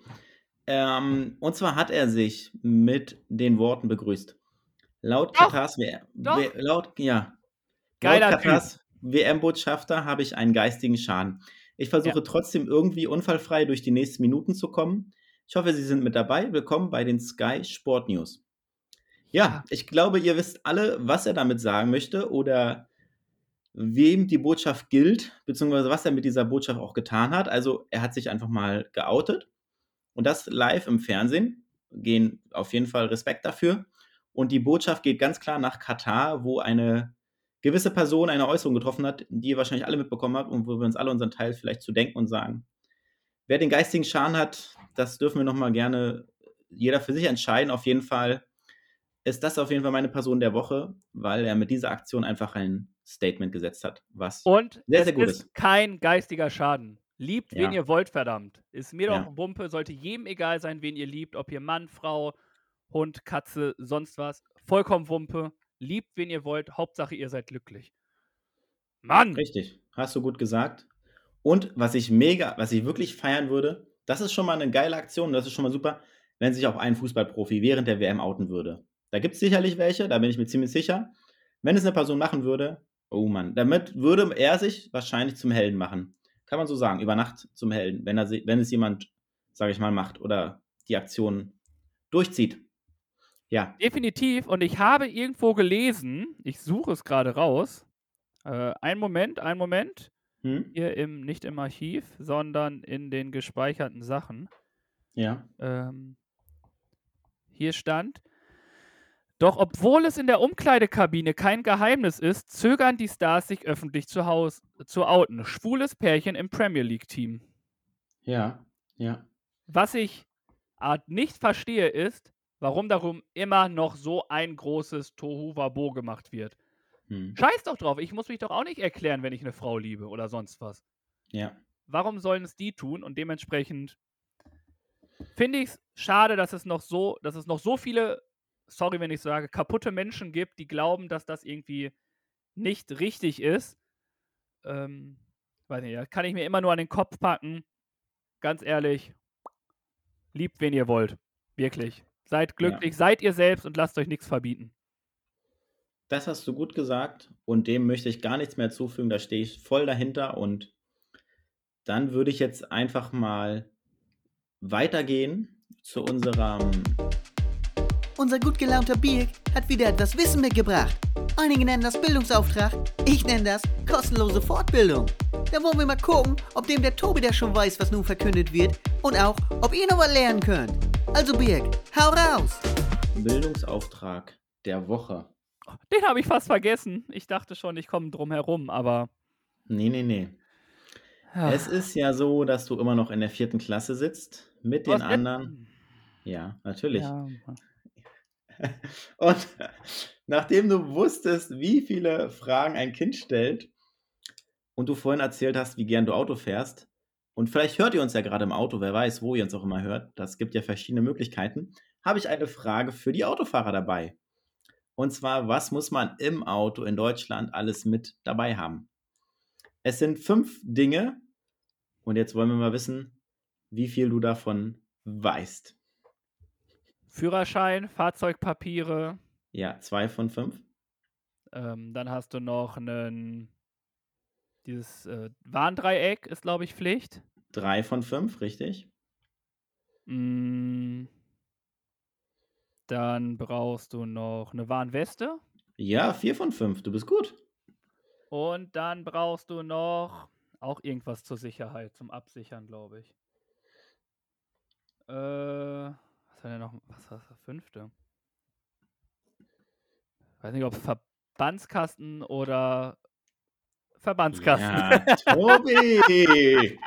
Und zwar hat er sich mit den Worten begrüßt. Laut Doch, Katars doch. laut Geiler Katars WM-Botschafter habe ich einen geistigen Schaden. Ich versuche trotzdem irgendwie unfallfrei durch die nächsten Minuten zu kommen. Ich hoffe, Sie sind mit dabei. Willkommen bei den Sky Sport News. Ja, ich glaube, ihr wisst alle, was er damit sagen möchte oder wem die Botschaft gilt, beziehungsweise was er mit dieser Botschaft auch getan hat. Also er hat sich einfach mal geoutet und das live im Fernsehen. Gehen auf jeden Fall Respekt dafür. Und die Botschaft geht ganz klar nach Katar, wo eine gewisse Person eine Äußerung getroffen hat, die ihr wahrscheinlich alle mitbekommen habt und wo wir uns alle unseren Teil vielleicht zu denken und sagen, wer den geistigen Schaden hat, das dürfen wir nochmal gerne jeder für sich entscheiden. Auf jeden Fall ist das auf jeden Fall meine Person der Woche, weil er mit dieser Aktion einfach ein Statement gesetzt hat, was Und sehr, es sehr gut ist kein geistiger Schaden. Liebt, wen Ja. ihr wollt, verdammt. Ist mir Ja. doch Wumpe, sollte jedem egal sein, wen ihr liebt, ob ihr Mann, Frau, Hund, Katze, sonst was. Vollkommen Wumpe. Liebt, wen ihr wollt. Hauptsache, ihr seid glücklich. Mann! Richtig, hast du gut gesagt. Und was ich wirklich feiern würde, das ist schon mal eine geile Aktion, das ist schon mal super, wenn sich auch ein Fußballprofi während der WM outen würde. Da gibt es sicherlich welche, da bin ich mir ziemlich sicher. Wenn es eine Person machen würde, oh Mann, damit würde er sich wahrscheinlich zum Helden machen. Kann man so sagen, über Nacht zum Helden, wenn es jemand, sage ich mal, macht oder die Aktion durchzieht. Ja. Definitiv. Und ich habe irgendwo gelesen, ich suche es gerade raus. Einen Moment. Hier nicht im Archiv, sondern in den gespeicherten Sachen. Ja. Hier stand: Doch obwohl es in der Umkleidekabine kein Geheimnis ist, zögern die Stars, sich öffentlich zu outen. Schwules Pärchen im Premier League-Team. Ja. Was ich nicht verstehe ist, warum darum immer noch so ein großes Tohuwabo gemacht wird. Scheiß doch drauf, ich muss mich doch auch nicht erklären, wenn ich eine Frau liebe oder sonst was. Ja. Warum sollen es die tun? Und dementsprechend finde ich es schade, dass es noch so viele, sorry, wenn ich sage, kaputte Menschen gibt, die glauben, dass das irgendwie nicht richtig ist. Weiß nicht, da kann ich mir immer nur an den Kopf packen. Ganz ehrlich, liebt, wen ihr wollt. Wirklich. Seid glücklich, seid ihr selbst und lasst euch nichts verbieten. Das hast du gut gesagt und dem möchte ich gar nichts mehr zufügen, da stehe ich voll dahinter und dann würde ich jetzt einfach mal weitergehen zu unserem... Unser gut gelaunter Birk hat wieder etwas Wissen mitgebracht. Einige nennen das Bildungsauftrag, ich nenne das kostenlose Fortbildung. Da wollen wir mal gucken, ob dem der Tobi da schon weiß, was nun verkündet wird und auch, ob ihr noch was lernen könnt. Also Birk, hau raus! Bildungsauftrag der Woche. Den habe ich fast vergessen. Ich dachte schon, ich komme drum herum, aber... Nee. Es ist ja so, dass du immer noch in der 4. Klasse sitzt mit den anderen. Ja, natürlich. Ja. Und nachdem du wusstest, wie viele Fragen ein Kind stellt und du vorhin erzählt hast, wie gern du Auto fährst, und vielleicht hört ihr uns ja gerade im Auto, wer weiß, wo ihr uns auch immer hört, das gibt ja verschiedene Möglichkeiten, habe ich eine Frage für die Autofahrer dabei. Und zwar, was muss man im Auto in Deutschland alles mit dabei haben? Es sind 5 Dinge und jetzt wollen wir mal wissen, wie viel du davon weißt. Führerschein, Fahrzeugpapiere. Ja, 2 von 5. Dann hast du noch dieses Warndreieck ist, glaube ich, Pflicht. 3 von 5, richtig. Dann brauchst du noch eine Warnweste. Ja, 4 von 5, du bist gut. Und dann brauchst du noch auch irgendwas zur Sicherheit, zum Absichern, glaube ich. Was war denn noch? Was war das 5.? Weiß nicht, ob Verbandskasten oder Verbandskasten. Ja, Tobi!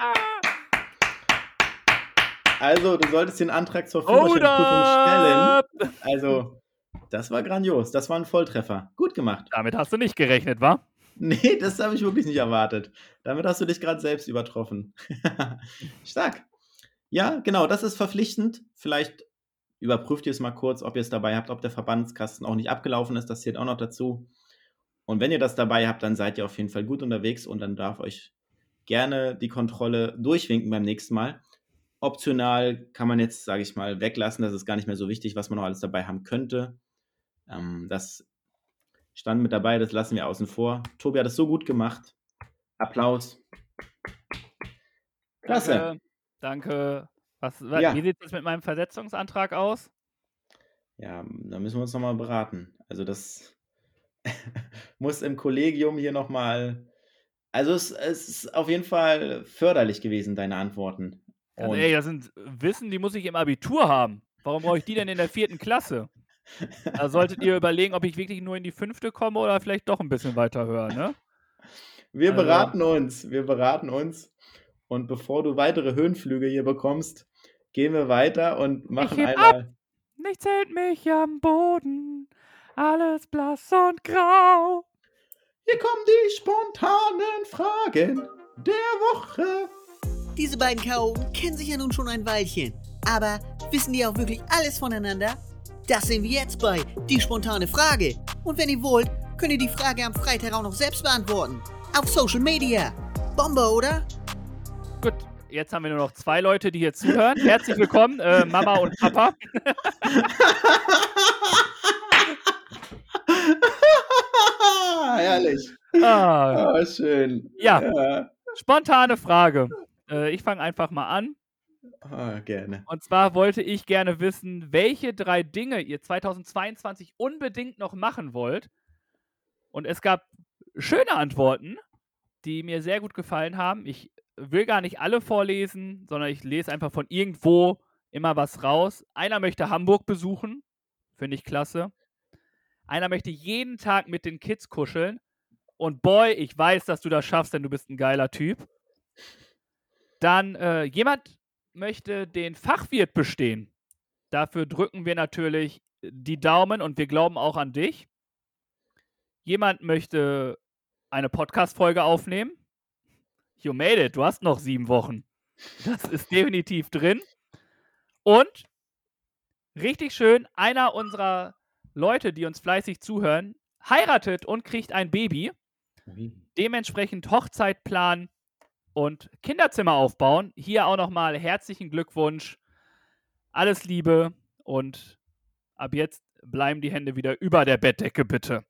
Also, du solltest den Antrag zur Führerscheinprüfung stellen. Also, das war grandios. Das war ein Volltreffer. Gut gemacht. Damit hast du nicht gerechnet, wa? Nee, das habe ich wirklich nicht erwartet. Damit hast du dich gerade selbst übertroffen. Stark. Ja, genau, das ist verpflichtend. Vielleicht überprüft ihr es mal kurz, ob ihr es dabei habt, ob der Verbandskasten auch nicht abgelaufen ist. Das zählt auch noch dazu. Und wenn ihr das dabei habt, dann seid ihr auf jeden Fall gut unterwegs und dann darf euch gerne die Kontrolle durchwinken beim nächsten Mal. Optional kann man jetzt, sage ich mal, weglassen. Das ist gar nicht mehr so wichtig, was man noch alles dabei haben könnte. Das stand mit dabei, das lassen wir außen vor. Tobi hat es so gut gemacht. Applaus. Klasse. Danke. Ja. Wie sieht es mit meinem Versetzungsantrag aus? Ja, da müssen wir uns nochmal beraten. Also das muss im Kollegium hier nochmal... Also es ist auf jeden Fall förderlich gewesen, deine Antworten. Also, ey, das sind Wissen, die muss ich im Abitur haben. Warum brauche ich die denn in der 4. Klasse? Da solltet ihr überlegen, ob ich wirklich nur in die 5. komme oder vielleicht doch ein bisschen weiter hören, ne? Wir beraten uns. Und bevor du weitere Höhenflüge hier bekommst, gehen wir weiter und machen einmal... Nichts hält mich am Boden, alles blass und grau. Hier kommen die spontanen Fragen der Woche. Diese beiden Chaoten kennen sich ja nun schon ein Weilchen. Aber wissen die auch wirklich alles voneinander? Das sehen wir jetzt bei Die spontane Frage. Und wenn ihr wollt, könnt ihr die Frage am Freitag auch noch selbst beantworten. Auf Social Media. Bombe, oder? Gut, jetzt haben wir nur noch 2 Leute, die hier zuhören. Herzlich willkommen, Mama und Papa. Herrlich. Schön. Ja, spontane Frage. Ich fange einfach mal an. Gerne. Und zwar wollte ich gerne wissen, welche 3 Dinge ihr 2022 unbedingt noch machen wollt. Und es gab schöne Antworten, die mir sehr gut gefallen haben. Ich will gar nicht alle vorlesen, sondern ich lese einfach von irgendwo immer was raus. Einer möchte Hamburg besuchen. Finde ich klasse. Einer möchte jeden Tag mit den Kids kuscheln. Und boy, ich weiß, dass du das schaffst, denn du bist ein geiler Typ. Dann jemand möchte den Fachwirt bestehen. Dafür drücken wir natürlich die Daumen und wir glauben auch an dich. Jemand möchte eine Podcast-Folge aufnehmen. You made it. Du hast noch 7 Wochen. Das ist definitiv drin. Und richtig schön, einer unserer Leute, die uns fleißig zuhören, heiratet und kriegt ein Baby. Dementsprechend Hochzeit planen und Kinderzimmer aufbauen. Hier auch nochmal herzlichen Glückwunsch. Alles Liebe und ab jetzt bleiben die Hände wieder über der Bettdecke, bitte.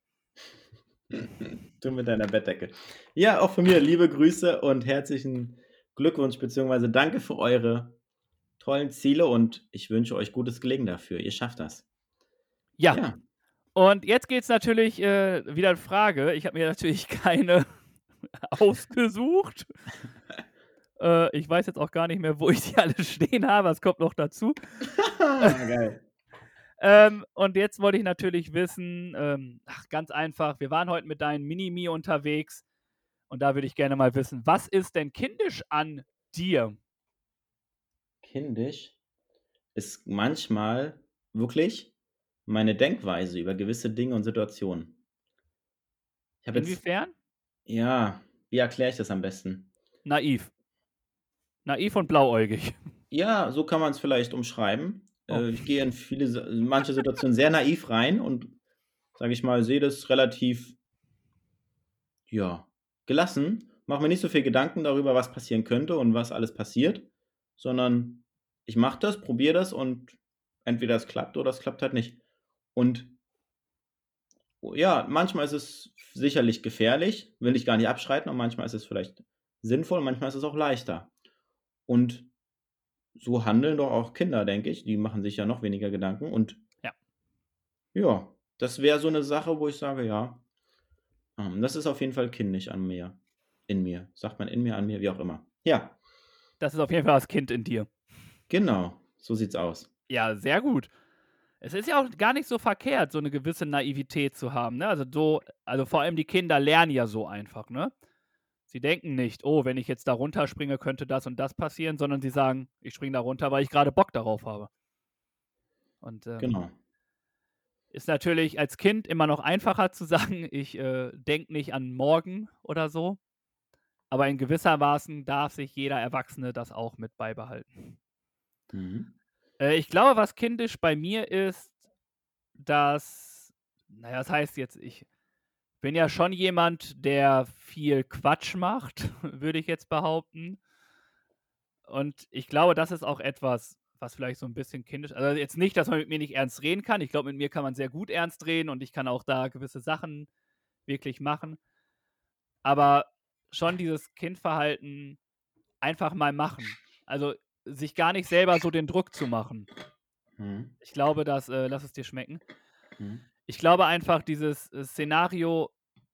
Du mit deiner Bettdecke. Ja, auch von mir liebe Grüße und herzlichen Glückwunsch, beziehungsweise danke für eure tollen Ziele und ich wünsche euch gutes Gelingen dafür. Ihr schafft das. Ja. Und jetzt geht es natürlich wieder in Frage. Ich habe mir natürlich keine ausgesucht. Ich weiß jetzt auch gar nicht mehr, wo ich die alle stehen habe. Es kommt noch dazu. Geil. Und jetzt wollte ich natürlich wissen, ganz einfach, wir waren heute mit deinem Mini-Me unterwegs und da würde ich gerne mal wissen, was ist denn kindisch an dir? Kindisch ist manchmal wirklich meine Denkweise über gewisse Dinge und Situationen. Inwiefern? Ja, wie erkläre ich das am besten? Naiv. Naiv und blauäugig. Ja, so kann man es vielleicht umschreiben. Ich gehe in manche Situationen sehr naiv rein und, sage ich mal, sehe das relativ, gelassen. Mache mir nicht so viel Gedanken darüber, was passieren könnte und was alles passiert, sondern ich mache das, probiere das und entweder es klappt oder es klappt halt nicht. Und ja, manchmal ist es sicherlich gefährlich, will ich gar nicht abschreiten, und manchmal ist es vielleicht sinnvoll, manchmal ist es auch leichter. Und so handeln doch auch Kinder, denke ich. Die machen sich ja noch weniger Gedanken. Und ja, das wäre so eine Sache, wo ich sage, ja, das ist auf jeden Fall kindisch an mir. In mir. Sagt man in mir, an mir, wie auch immer. Ja, Das ist auf jeden Fall das Kind in dir. genau. So sieht's aus. Ja, sehr gut. Es ist ja auch gar nicht so verkehrt, so eine gewisse Naivität zu haben, ne? Also vor allem die Kinder lernen ja so einfach, ne? Sie denken nicht: „Oh, wenn ich jetzt da runterspringe, könnte das und das passieren“, sondern sie sagen: „Ich springe da runter, weil ich gerade Bock darauf habe.“ Und, Genau. ist natürlich als Kind immer noch einfacher zu sagen: „Ich, denke nicht an morgen“ oder so. Aber in gewissermaßen darf sich jeder Erwachsene das auch mit beibehalten. Mhm. Ich glaube, was kindisch bei mir ist, dass das heißt jetzt, ich bin ja schon jemand, der viel Quatsch macht, würde ich jetzt behaupten. Und ich glaube, das ist auch etwas, was vielleicht so ein bisschen kindisch, also jetzt nicht, dass man mit mir nicht ernst reden kann. Ich glaube, mit mir kann man sehr gut ernst reden und ich kann auch da gewisse Sachen wirklich machen. Aber schon dieses Kindverhalten einfach mal machen. Also, sich gar nicht selber so den Druck zu machen. Mhm. Ich glaube, lass es dir schmecken. Mhm. Ich glaube einfach, dieses Szenario,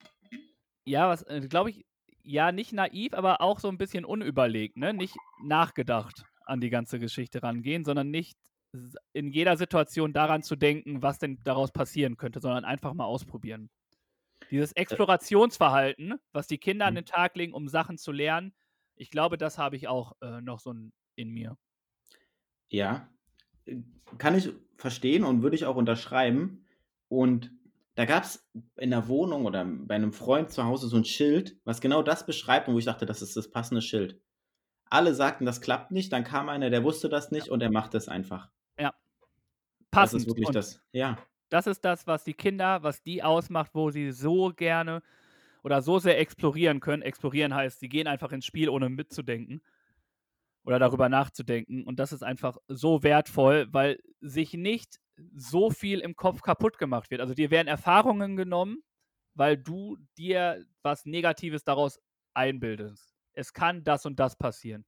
was, glaube ich, nicht naiv, aber auch so ein bisschen unüberlegt, ne? Nicht nachgedacht an die ganze Geschichte rangehen, sondern nicht in jeder Situation daran zu denken, was denn daraus passieren könnte, sondern einfach mal ausprobieren. Dieses Explorationsverhalten, was die Kinder an den Tag legen, um Sachen zu lernen, ich glaube, das habe ich auch noch so in mir. Ja, kann ich verstehen und würde ich auch unterschreiben. Und da gab es in der Wohnung oder bei einem Freund zu Hause so ein Schild, was genau das beschreibt und wo ich dachte, das ist das passende Schild. Alle sagten, das klappt nicht, dann kam einer, der wusste das nicht und er macht es einfach. Ja. Das ist Passend. wirklich Und das. Ja, das ist das, was die Kinder, was die ausmacht, wo sie so gerne oder so sehr explorieren können. Explorieren heißt, sie gehen einfach ins Spiel, ohne mitzudenken oder darüber nachzudenken. Und das ist einfach so wertvoll, weil sich nicht so viel im Kopf kaputt gemacht wird. Also dir werden Erfahrungen genommen, weil du dir was Negatives daraus einbildest. Es kann das und das passieren.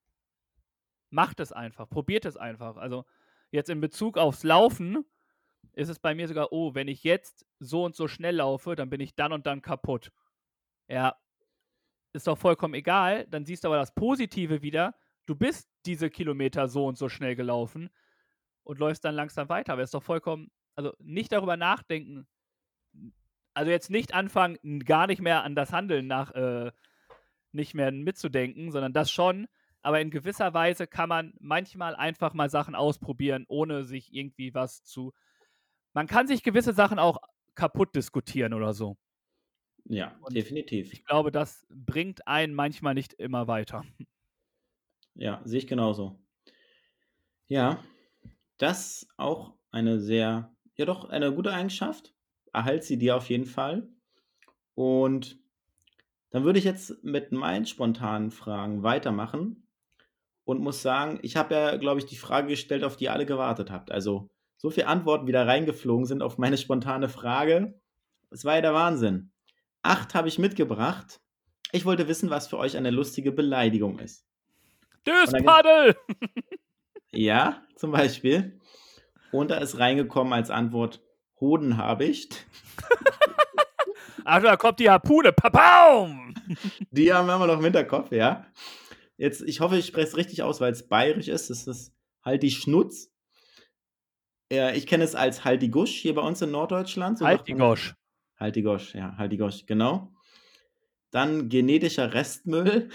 Macht es einfach, probiert es einfach. Also jetzt in Bezug aufs Laufen ist es bei mir sogar, oh, wenn ich jetzt so und so schnell laufe, dann bin ich dann und dann kaputt. Ja, ist doch vollkommen egal. Dann siehst du aber das Positive wieder. Du bist diese Kilometer so und so schnell gelaufen und läufst dann langsam weiter. Aber ist doch vollkommen, also nicht darüber nachdenken. Also jetzt nicht anfangen, gar nicht mehr an das Handeln nicht mehr mitzudenken, sondern das schon, aber in gewisser Weise kann man manchmal einfach mal Sachen ausprobieren, ohne sich irgendwie was zu. Man kann sich gewisse Sachen auch kaputt diskutieren oder so. Ja, Und definitiv. ich glaube, das bringt einen manchmal nicht immer weiter. Ja, sehe ich genauso. Ja, das auch eine sehr, ja doch, eine gute Eigenschaft. Erhalt sie dir auf jeden Fall. Und dann würde ich jetzt mit meinen spontanen Fragen weitermachen und muss sagen, ich habe ja, glaube ich, die Frage gestellt, auf die ihr alle gewartet habt. Also so viele Antworten, wie da reingeflogen sind auf meine spontane Frage. Es war ja der Wahnsinn. 8 habe ich mitgebracht. Ich wollte wissen, was für euch eine lustige Beleidigung ist. Döspaddel! Ja, zum Beispiel. Und da ist reingekommen als Antwort Hodenhabicht. Ach, da kommt die Harpune. Papaum! Die haben wir immer noch im Hinterkopf, ja. Jetzt, ich hoffe, ich spreche es richtig aus, weil es bayerisch ist. Das ist halt die Schnutz. Ich kenne es als Haltigusch hier bei uns in Norddeutschland. So sagt man- Haltigosch. Haltigusch, ja, Haltigusch, genau. Dann genetischer Restmüll.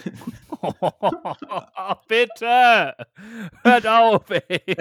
Bitte! Hört auf, ey.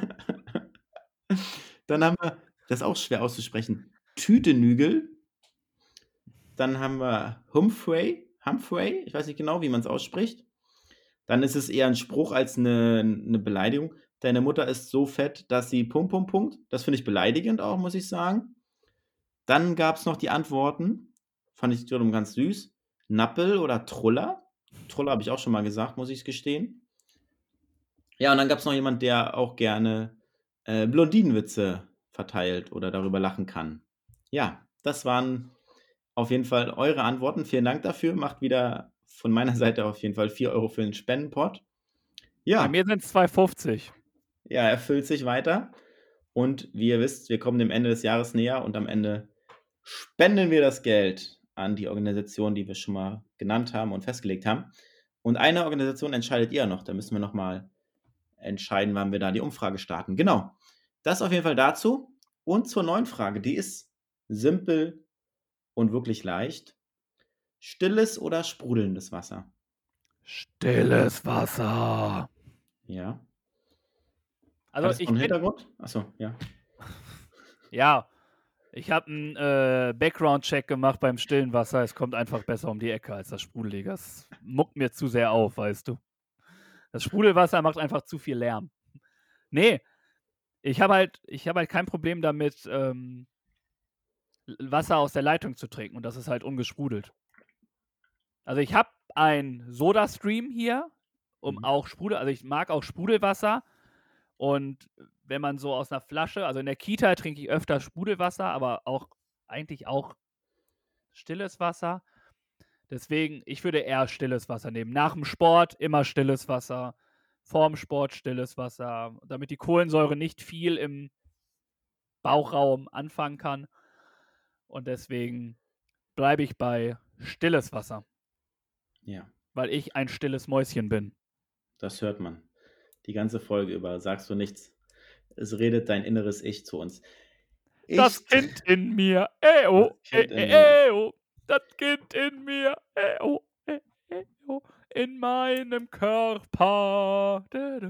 Dann haben wir, das ist auch schwer auszusprechen, Tütenügel. Dann haben wir Humphrey, ich weiß nicht genau, wie man es ausspricht. Dann ist es eher ein Spruch als eine Beleidigung. Deine Mutter ist so fett, dass sie Punkt, Punkt, Punkt. Das finde ich beleidigend auch, muss ich sagen. Dann gab es noch die Antworten. Fand ich wiederum ganz süß. Nappel oder Truller. Truller habe ich auch schon mal gesagt, muss ich es gestehen. Ja, und dann gab es noch jemand, der auch gerne Blondinenwitze verteilt oder darüber lachen kann. Ja, das waren auf jeden Fall eure Antworten. Vielen Dank dafür. Macht wieder von meiner Seite auf jeden Fall 4 Euro für den Spendenpot. Bei Ja, mir sind es 2,50. ja, er füllt sich weiter. Und wie ihr wisst, wir kommen dem Ende des Jahres näher und am Ende spenden wir das Geld an die Organisation, die wir schon mal genannt haben und festgelegt haben. Und eine Organisation entscheidet ihr noch. Da müssen wir nochmal entscheiden, wann wir da die Umfrage starten. Genau. Das auf jeden Fall dazu. Und zur neuen Frage. Die ist simpel und wirklich leicht. Stilles oder sprudelndes Wasser? Stilles Wasser. Ja. Also Hat das ich noch einen bin, Hintergrund? Achso, ja. ja, ich habe einen Background-Check gemacht beim stillen Wasser. Es kommt einfach besser um die Ecke als das Sprudelige. Das muckt mir zu sehr auf, weißt du. Das Sprudelwasser macht einfach zu viel Lärm. Nee, ich habe halt kein Problem damit, Wasser aus der Leitung zu trinken. Und das ist halt ungesprudelt. Also ich habe ein Soda-Stream hier, also ich mag auch Sprudelwasser. Und wenn man so aus einer Flasche, also in der Kita trinke ich öfter Sprudelwasser, aber eigentlich auch stilles Wasser. Deswegen, ich würde eher stilles Wasser nehmen. Nach dem Sport immer stilles Wasser, vorm Sport stilles Wasser, damit die Kohlensäure nicht viel im Bauchraum anfangen kann. Und deswegen bleibe ich bei stilles Wasser, Ja, weil ich ein stilles Mäuschen bin. das hört man. Die ganze Folge über sagst du nichts. Es redet dein inneres Ich zu uns. Das Kind in mir, oh, oh, das Kind in mir, oh, in meinem Körper.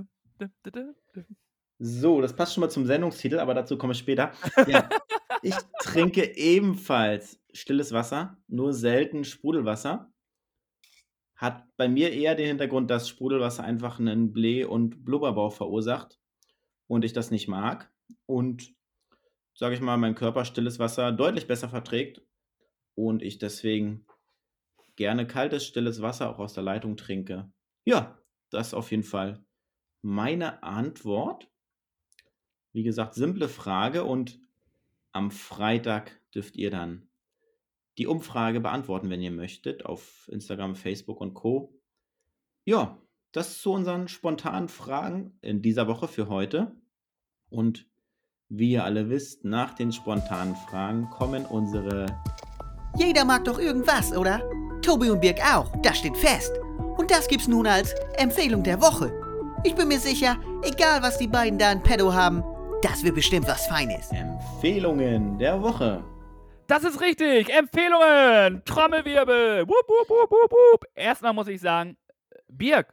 So, das passt schon mal zum Sendungstitel, aber dazu komme ich später. Ja, ich trinke ebenfalls stilles Wasser, nur selten Sprudelwasser. Hat bei mir eher den Hintergrund, dass Sprudelwasser einfach einen Bläh- und Blubberbauch verursacht und ich das nicht mag. Und, sage ich mal, mein Körper stilles Wasser deutlich besser verträgt und ich deswegen gerne kaltes, stilles Wasser auch aus der Leitung trinke. Ja, das ist auf jeden Fall meine Antwort. Wie gesagt, simple Frage und am Freitag dürft ihr dann die Umfrage beantworten, wenn ihr möchtet, auf Instagram, Facebook und Co. Ja, das zu unseren spontanen Fragen in dieser Woche für heute. Und wie ihr alle wisst, nach den spontanen Fragen kommen unsere... Jeder mag doch irgendwas, oder? Tobi und Birk auch, das steht fest. Und das gibt's nun als Empfehlung der Woche. Ich bin mir sicher, egal was die beiden da in petto haben, das wird bestimmt was Feines. Empfehlungen der Woche. Das ist richtig. Empfehlungen. Trommelwirbel. Wup, wup, wup, wup, wup. Erstmal muss ich sagen, Birk,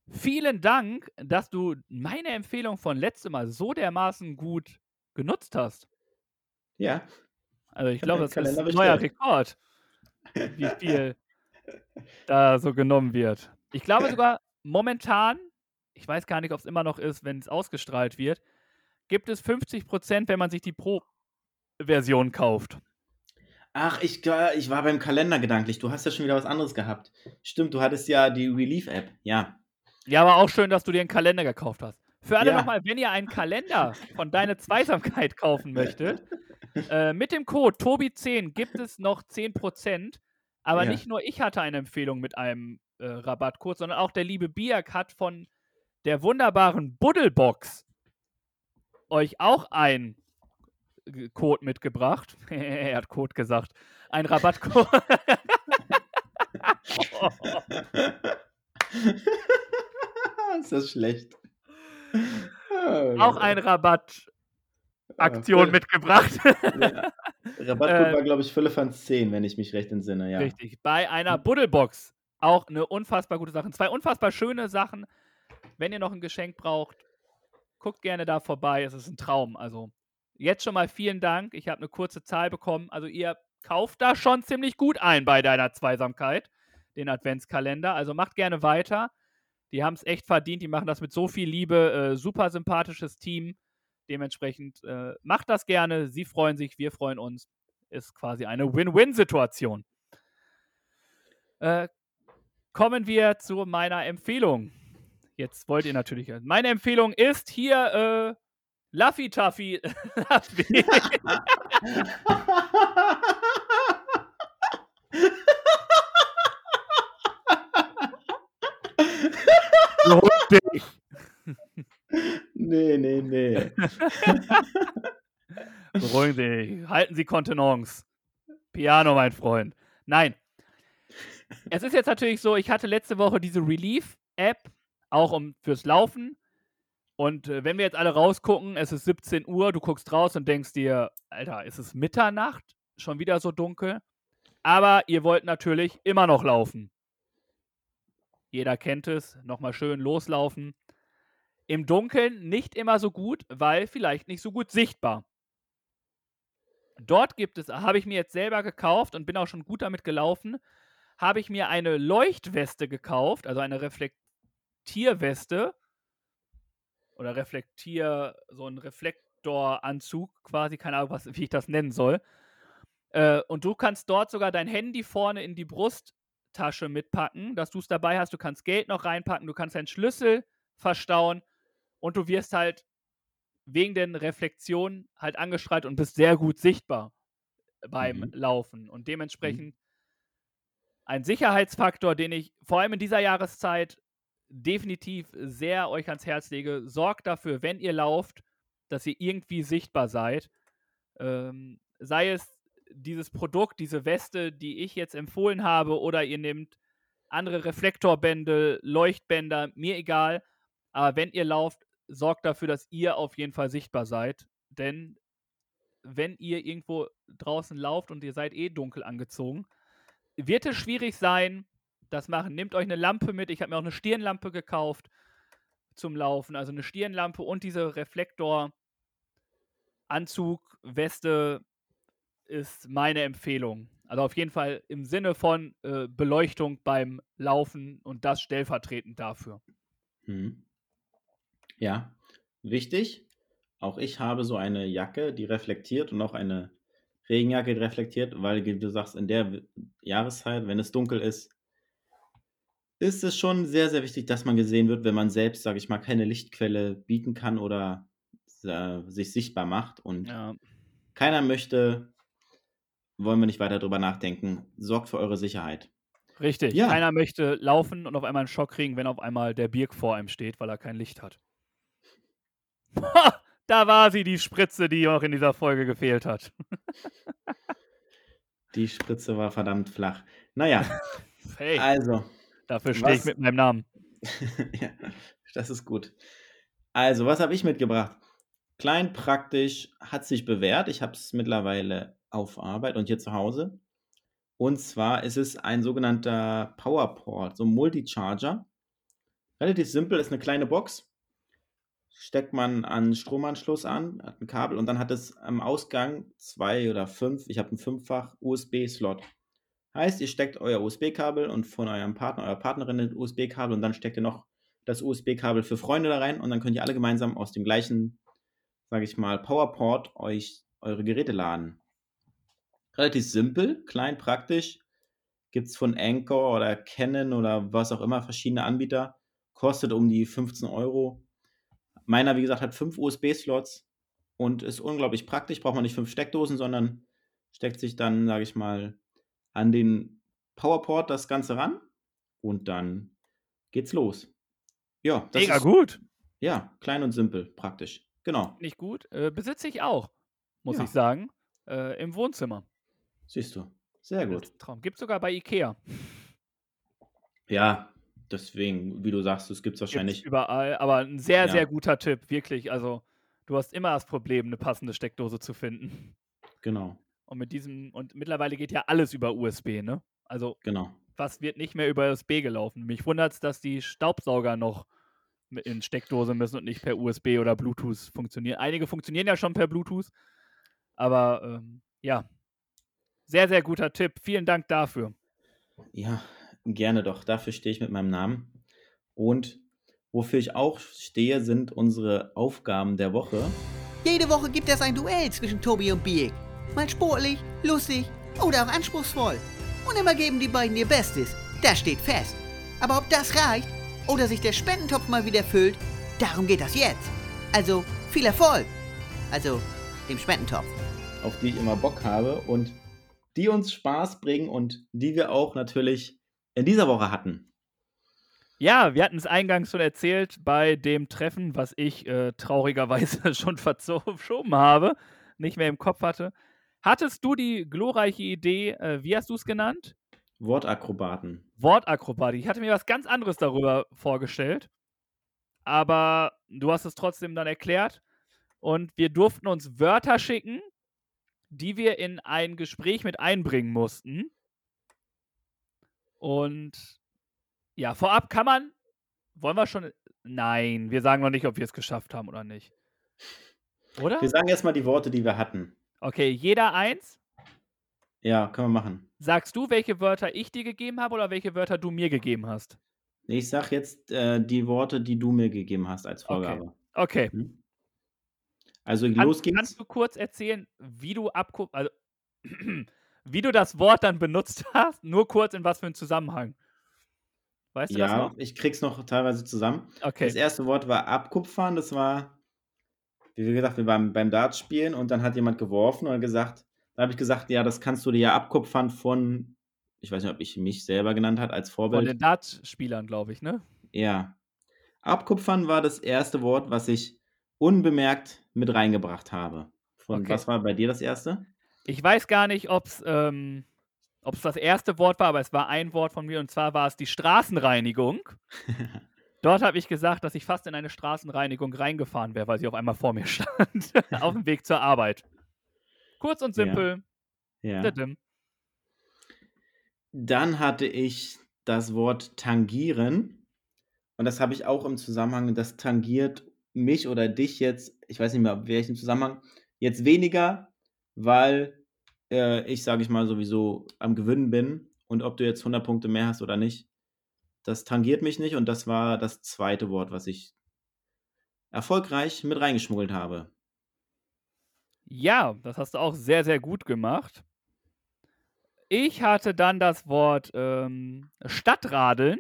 Vielen Dank, dass du meine Empfehlung von letztem Mal so dermaßen gut genutzt hast. Ja, Also ich ich habe glaube, den das ist Kalender ein neuer bestellt. Rekord, wie viel da so genommen wird. Ich glaube sogar momentan, ich weiß gar nicht, ob es immer noch ist, wenn es ausgestrahlt wird, gibt es 50%, wenn man sich die Pro-Version kauft. Ach, ich war beim Kalender gedanklich. Du hast ja schon wieder was anderes gehabt. Stimmt, du hattest ja die Relief-App. Ja. Ja, aber auch schön, dass du dir einen Kalender gekauft hast. Für alle Ja. nochmal, wenn ihr einen Kalender von Deine Zweisamkeit kaufen möchtet, mit dem Code TOBI10 gibt es noch 10%. Aber Ja. nicht nur ich hatte eine Empfehlung mit einem Rabattcode, sondern auch der liebe Biak hat von der wunderbaren Buddelbox euch auch einen Code mitgebracht. Er hat Code gesagt. Ein Rabattcode. Ist das schlecht. Auch ein Rabattaktion mitgebracht. Ja. Rabattcode war, glaube ich, Firlefanz 10, wenn ich mich recht entsinne, ja. Richtig. Bei einer Buddelbox auch eine unfassbar gute Sache. 2 unfassbar schöne Sachen. Wenn ihr noch ein Geschenk braucht, guckt gerne da vorbei. Es ist ein Traum. Also jetzt schon mal vielen Dank. Ich habe eine kurze Zahl bekommen. Also ihr kauft da schon ziemlich gut ein bei Deiner Zweisamkeit, den Adventskalender. Also macht gerne weiter. Die haben es echt verdient. Die machen das mit so viel Liebe. Super sympathisches Team. Dementsprechend macht das gerne. Sie freuen sich, wir freuen uns. Ist quasi eine Win-Win-Situation. Kommen wir zu meiner Empfehlung. Jetzt wollt ihr natürlich. Meine Empfehlung ist hier Laffy Taffy. Nee. Beruhigen Sie sich. Halten Sie Kontenance. Piano, mein Freund. Nein. Es ist jetzt natürlich so, ich hatte letzte Woche diese Relief-App, auch fürs Laufen. Und wenn wir jetzt alle rausgucken, es ist 17 Uhr, du guckst raus und denkst dir, Alter, ist es Mitternacht? Schon wieder so dunkel? Aber ihr wollt natürlich immer noch laufen. Jeder kennt es. Nochmal schön loslaufen. Im Dunkeln nicht immer so gut, weil vielleicht nicht so gut sichtbar. Dort habe ich mir jetzt selber gekauft und bin auch schon gut damit gelaufen, habe ich mir eine Leuchtweste gekauft, also eine Reflektierweste oder so ein Reflektoranzug quasi, keine Ahnung, wie ich das nennen soll. Und du kannst dort sogar dein Handy vorne in die Brusttasche mitpacken, dass du es dabei hast. Du kannst Geld noch reinpacken, du kannst deinen Schlüssel verstauen und du wirst halt wegen den Reflexionen halt angestrahlt und bist sehr gut sichtbar beim Laufen. Und dementsprechend ein Sicherheitsfaktor, den ich vor allem in dieser Jahreszeit definitiv sehr euch ans Herz lege. Sorgt dafür, wenn ihr lauft, dass ihr irgendwie sichtbar seid. Sei es dieses Produkt, diese Weste, die ich jetzt empfohlen habe, oder ihr nehmt andere Reflektorbände, Leuchtbänder, mir egal. Aber wenn ihr lauft, sorgt dafür, dass ihr auf jeden Fall sichtbar seid. Denn wenn ihr irgendwo draußen lauft und ihr seid dunkel angezogen, wird es schwierig sein, das machen. Nehmt euch eine Lampe mit. Ich habe mir auch eine Stirnlampe gekauft zum Laufen. Also eine Stirnlampe und diese Reflektoranzug, Weste ist meine Empfehlung. Also auf jeden Fall im Sinne von Beleuchtung beim Laufen und das stellvertretend dafür. Ja, wichtig. Auch ich habe so eine Jacke, die reflektiert und auch eine Regenjacke, die reflektiert, weil du sagst, in der Jahreszeit, wenn es dunkel ist es schon sehr, sehr wichtig, dass man gesehen wird, wenn man selbst, sage ich mal, keine Lichtquelle bieten kann oder sich sichtbar macht. Und keiner möchte, wollen wir nicht weiter drüber nachdenken, sorgt für eure Sicherheit. Richtig. Ja. Keiner möchte laufen und auf einmal einen Schock kriegen, wenn auf einmal der Birk vor einem steht, weil er kein Licht hat. Da war sie, die Spritze, die auch in dieser Folge gefehlt hat. Die Spritze war verdammt flach. Naja, hey, also. Dafür stehe ich mit meinem Namen. Ja, das ist gut. Also, was habe ich mitgebracht? Klein, praktisch, hat sich bewährt. Ich habe es mittlerweile auf Arbeit und hier zu Hause. Und zwar ist es ein sogenannter Powerport, so ein Multicharger. Relativ simpel, ist eine kleine Box. Steckt man an Stromanschluss an, hat ein Kabel und dann hat es am Ausgang 2 oder 5, ich habe einen 5-fach USB-Slot. Heißt, ihr steckt euer USB-Kabel und von eurem Partner, eurer Partnerin ein USB-Kabel und dann steckt ihr noch das USB-Kabel für Freunde da rein und dann könnt ihr alle gemeinsam aus dem gleichen, sage ich mal, Powerport euch eure Geräte laden. Relativ simpel, klein, praktisch. Gibt es von Anker oder Canon oder was auch immer, verschiedene Anbieter. Kostet um die 15 Euro. Meiner, wie gesagt, hat 5 USB-Slots und ist unglaublich praktisch. Braucht man nicht 5 Steckdosen, sondern steckt sich dann, sage ich mal, an den Powerport das Ganze ran und dann geht's los. Ja, das Mega ist gut. ja klein und simpel, praktisch. Genau. Nicht gut. Besitze ich auch, muss Ja. ich sagen. Im Wohnzimmer. Siehst du. Sehr Das gut. ist ein Traum. Gibt sogar bei Ikea. Ja, deswegen, wie du sagst, es gibt's Gibt's wahrscheinlich. überall. Aber ein sehr, Ja. sehr guter Tipp. Wirklich. Also, du hast immer das Problem, eine passende Steckdose zu finden. Genau, Und mittlerweile geht ja alles über USB, ne? Also, genau. was wird nicht mehr über USB gelaufen? Mich wundert es, dass die Staubsauger noch in Steckdose müssen und nicht per USB oder Bluetooth funktionieren. Einige funktionieren ja schon per Bluetooth. Aber ja, sehr, sehr guter Tipp. Vielen Dank dafür. Ja, gerne doch. Dafür stehe ich mit meinem Namen. Und wofür ich auch stehe, sind unsere Aufgaben der Woche. Jede Woche gibt es ein Duell zwischen Tobi und Birk. Mal sportlich, lustig oder auch anspruchsvoll. Und immer geben die beiden ihr Bestes. Das steht fest. Aber ob das reicht oder sich der Spendentopf mal wieder füllt, darum geht das jetzt. Also viel Erfolg. Also dem Spendentopf. Auf die ich immer Bock habe und die uns Spaß bringen und die wir auch natürlich in dieser Woche hatten. Ja, wir hatten es eingangs schon erzählt bei dem Treffen, was ich traurigerweise schon verschoben habe, nicht mehr im Kopf hatte. Hattest du die glorreiche Idee, wie hast du es genannt? Wortakrobaten. Wortakrobatik. Ich hatte mir was ganz anderes darüber vorgestellt, aber du hast es trotzdem dann erklärt und wir durften uns Wörter schicken, die wir in ein Gespräch mit einbringen mussten. Und ja, vorab wollen wir schon, nein, wir sagen noch nicht, ob wir es geschafft haben oder nicht. Oder? Wir sagen erstmal die Worte, die wir hatten. Okay, jeder eins. Ja, können wir machen. Sagst du, welche Wörter ich dir gegeben habe oder welche Wörter du mir gegeben hast? Ich sag jetzt die Worte, die du mir gegeben hast als Vorgabe. Okay. Hm? Also los geht's. Kannst du kurz erzählen, wie du wie du das Wort dann benutzt hast? Nur kurz in was für einem Zusammenhang. Weißt du das Ja, noch? ich krieg's noch teilweise zusammen. Okay. Das erste Wort war abkupfern. Das war, wie gesagt, wir waren beim Darts spielen und dann hat jemand geworfen und gesagt, da habe ich gesagt, ja, das kannst du dir ja abkupfern von, ich weiß nicht, ob ich mich selber genannt hat als Von Vorbild. den Dartspielern, glaube ich, ne? Ja. Abkupfern war das erste Wort, was ich unbemerkt mit reingebracht habe. Okay. Was war bei dir das erste? Ich weiß gar nicht, ob es das erste Wort war, aber es war ein Wort von mir und zwar war es die Straßenreinigung. Dort habe ich gesagt, dass ich fast in eine Straßenreinigung reingefahren wäre, weil sie auf einmal vor mir stand. Auf dem Weg zur Arbeit. Kurz und simpel. Ja. Didim. Dann hatte ich das Wort tangieren. Und das habe ich auch im Zusammenhang, das tangiert mich oder dich jetzt, ich weiß nicht mehr, welchen Zusammenhang, jetzt weniger, weil ich, sage ich mal, sowieso am Gewinnen bin. Und ob du jetzt 100 Punkte mehr hast oder nicht, das tangiert mich nicht. Und das war das zweite Wort, was ich erfolgreich mit reingeschmuggelt habe. Ja, das hast du auch sehr, sehr gut gemacht. Ich hatte dann das Wort Stadtradeln.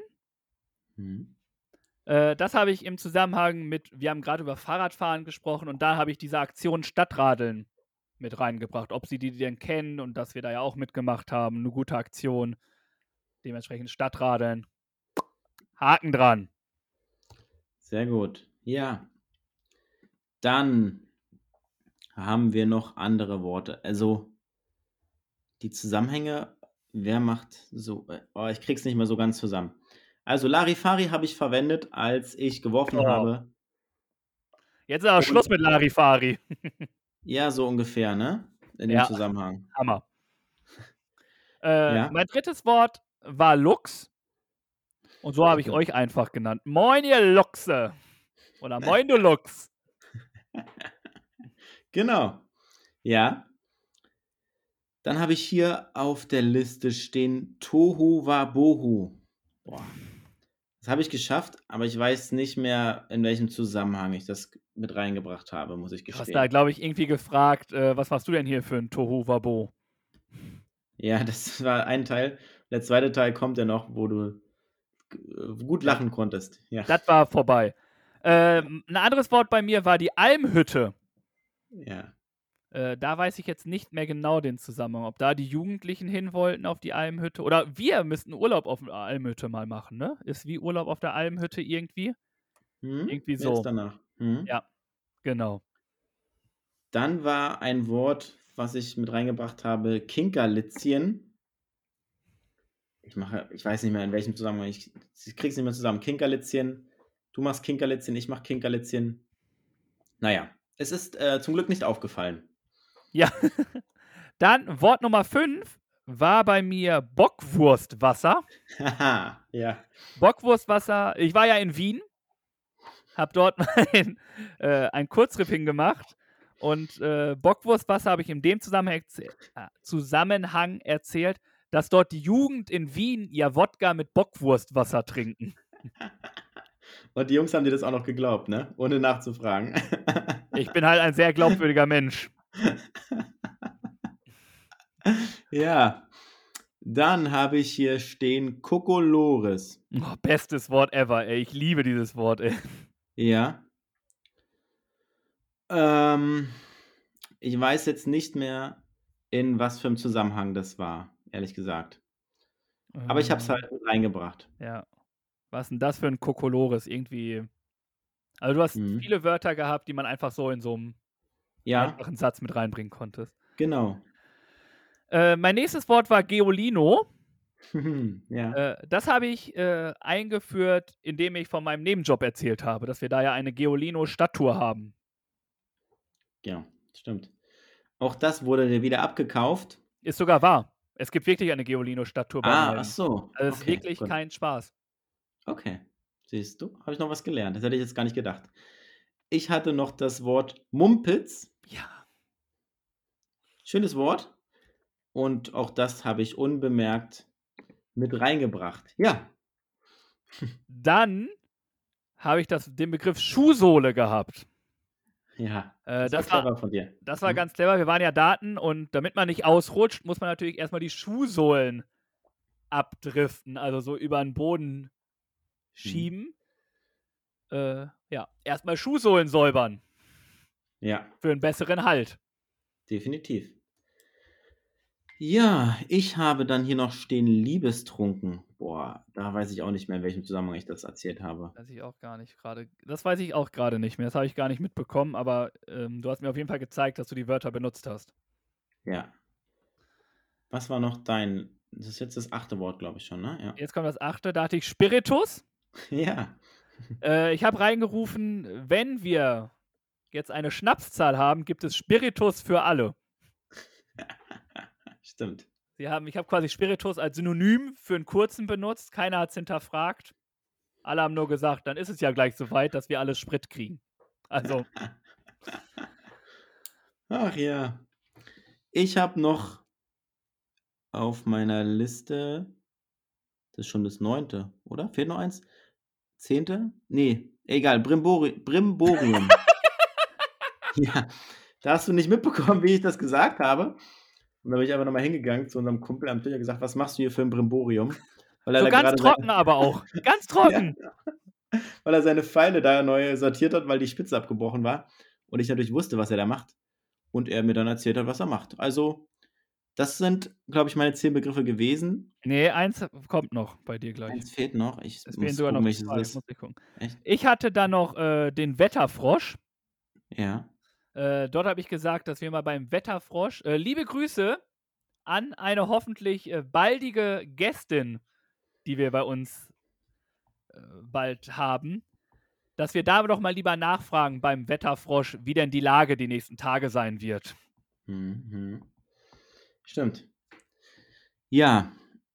Das habe ich im Zusammenhang mit, wir haben gerade über Fahrradfahren gesprochen und da habe ich diese Aktion Stadtradeln mit reingebracht. Ob sie die denn kennen und dass wir da ja auch mitgemacht haben. Eine gute Aktion. Dementsprechend Stadtradeln. Haken dran. Sehr gut. Ja. Dann haben wir noch andere Worte. Also die Zusammenhänge, wer macht so, ich krieg's nicht mehr so ganz zusammen. Also Larifari habe ich verwendet, als ich geworfen habe. Jetzt ist aber Schluss mit Larifari. Ja, so ungefähr, ne? In dem Zusammenhang. Hammer. Ja. Mein drittes Wort war Lux. Und so habe ich euch einfach genannt. Moin, ihr Luchse. Oder moin, du Luchs. Genau. Ja. Dann habe ich hier auf der Liste stehen Tohu Wabohu. Boah. Das habe ich geschafft, aber ich weiß nicht mehr, in welchem Zusammenhang ich das mit reingebracht habe, muss ich Du hast da, gestehen. glaube ich, irgendwie gefragt, was machst du denn hier für ein Tohu-Wabo? Ja, das war ein Teil. Der zweite Teil kommt ja noch, wo du gut lachen konntest. Ja. Das war vorbei. Ein anderes Wort bei mir war die Almhütte. Ja. Da weiß ich jetzt nicht mehr genau den Zusammenhang, ob da die Jugendlichen hin wollten auf die Almhütte oder wir müssten Urlaub auf der Almhütte mal machen, ne? Ist wie Urlaub auf der Almhütte irgendwie? Irgendwie Jetzt so. danach. Ja, genau. Dann war ein Wort, was ich mit reingebracht habe, Kinkerlitzchen. Ich weiß nicht mehr, in welchem Zusammenhang. Ich krieg's nicht mehr zusammen. Kinkerlitzchen. Du machst Kinkerlitzchen, ich mach Kinkerlitzchen. Naja, es ist zum Glück nicht aufgefallen. Ja. Dann Wort Nummer 5 war bei mir Bockwurstwasser. Haha, ja. Bockwurstwasser, ich war ja in Wien, habe dort ein Kurztrip gemacht und Bockwurstwasser habe ich in dem Zusammenhang erzählt, dass dort die Jugend in Wien ihr Wodka mit Bockwurstwasser trinken. Und die Jungs haben dir das auch noch geglaubt, ne? Ohne nachzufragen. Ich bin halt ein sehr glaubwürdiger Mensch. Ja. Dann habe ich hier stehen Kokolores. Oh, bestes Wort ever, ey. Ich liebe dieses Wort, ey. Ja. Ich weiß jetzt nicht mehr, in was für einem Zusammenhang das war, ehrlich gesagt. Aber ich habe es halt mit reingebracht. Ja. Was ist denn das für ein Kokolores? Irgendwie. Also, du hast viele Wörter gehabt, die man einfach so in so einem einfachen Satz mit reinbringen konntest. Genau. Mein nächstes Wort war Geolino. Ja. Das habe ich eingeführt, indem ich von meinem Nebenjob erzählt habe, dass wir da ja eine Geolino-Stadttour haben. Ja, stimmt. Auch das wurde dir wieder abgekauft. Ist sogar wahr. Es gibt wirklich eine Geolino-Stadttour bei mir. Ach so. Also es ist wirklich gut. kein Spaß. Okay. Siehst du, habe ich noch was gelernt. Das hätte ich jetzt gar nicht gedacht. Ich hatte noch das Wort Mumpitz. Ja. Schönes Wort. Und auch das habe ich unbemerkt mit reingebracht. Ja. Dann habe ich den Begriff Schuhsohle gehabt. Ja, das war clever von dir. Das war ganz clever. Wir waren ja Daten und damit man nicht ausrutscht, muss man natürlich erstmal die Schuhsohlen abdriften, also so über den Boden schieben. Ja, erstmal Schuhsohlen säubern. Ja. Für einen besseren Halt. Definitiv. Ja, ich habe dann hier noch stehen Liebestrunken. Boah, da weiß ich auch nicht mehr, in welchem Zusammenhang ich das erzählt habe. Weiß ich auch gar nicht gerade. Das weiß ich auch gerade nicht mehr. Das habe ich gar nicht mitbekommen, aber du hast mir auf jeden Fall gezeigt, dass du die Wörter benutzt hast. Ja. Was war noch dein? Das ist jetzt das 8. Wort, glaube ich schon, ne? Ja. Jetzt kommt das 8. Da hatte ich Spiritus. Ja. Ich habe reingerufen, wenn wir jetzt eine Schnapszahl haben, gibt es Spiritus für alle. Stimmt. Ich habe quasi Spiritus als Synonym für einen kurzen benutzt. Keiner hat es hinterfragt. Alle haben nur gesagt, dann ist es ja gleich so weit, dass wir alles Sprit kriegen. Also. Ach ja. Ich habe noch auf meiner Liste, das ist schon das 9., oder? Fehlt noch eins? 10.? Nee, egal, Brimborium. Ja, da hast du nicht mitbekommen, wie ich das gesagt habe. Und da bin ich einfach nochmal hingegangen zu unserem Kumpel am Tisch und gesagt, was machst du hier für ein Brimborium? Weil so ganz trocken aber auch. Ganz trocken. Ja, weil er seine Pfeile da neu sortiert hat, weil die Spitze abgebrochen war. Und ich natürlich wusste, was er da macht. Und er mir dann erzählt hat, was er macht. Also, das sind, glaube ich, meine 10 Begriffe gewesen. Nee, eins kommt noch bei dir gleich. Eins fehlt noch. Ich Es muss fehlen sogar gucken, noch welches 2. es ist. Muss ich gucken. Echt? Ich hatte dann noch den Wetterfrosch. Ja. Dort habe ich gesagt, dass wir mal beim Wetterfrosch, liebe Grüße an eine hoffentlich baldige Gästin, die wir bei uns bald haben, dass wir da doch mal lieber nachfragen beim Wetterfrosch, wie denn die Lage die nächsten Tage sein wird. Stimmt. Ja.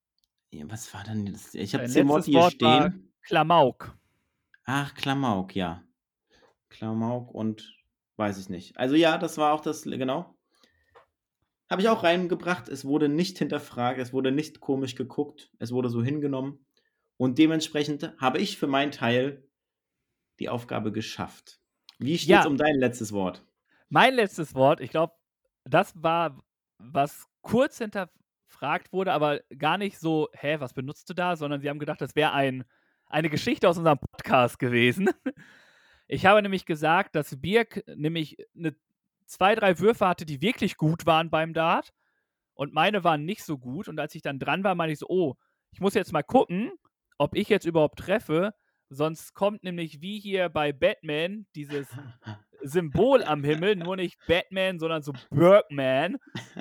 Ja, was war denn das? Ich habe Dein 10 Worte letztes hier Wort war stehen. Klamauk. Ach, Klamauk, ja. Klamauk und weiß ich nicht. Also ja, das war auch das, genau. Habe ich auch reingebracht. Es wurde nicht hinterfragt, es wurde nicht komisch geguckt, es wurde so hingenommen. Und dementsprechend habe ich für meinen Teil die Aufgabe geschafft. Wie steht's Ja, um dein letztes Wort? mein letztes Wort, ich glaube, das war, was kurz hinterfragt wurde, aber gar nicht so, was benutzt du da? Sondern sie haben gedacht, das wäre eine Geschichte aus unserem Podcast gewesen. Ich habe nämlich gesagt, dass Birk nämlich 2, 3 Würfe hatte, die wirklich gut waren beim Dart. Und meine waren nicht so gut. Und als ich dann dran war, meinte ich so, oh, ich muss jetzt mal gucken, ob ich jetzt überhaupt treffe. Sonst kommt nämlich wie hier bei Batman dieses Symbol am Himmel, nur nicht Batman, sondern so Birdman,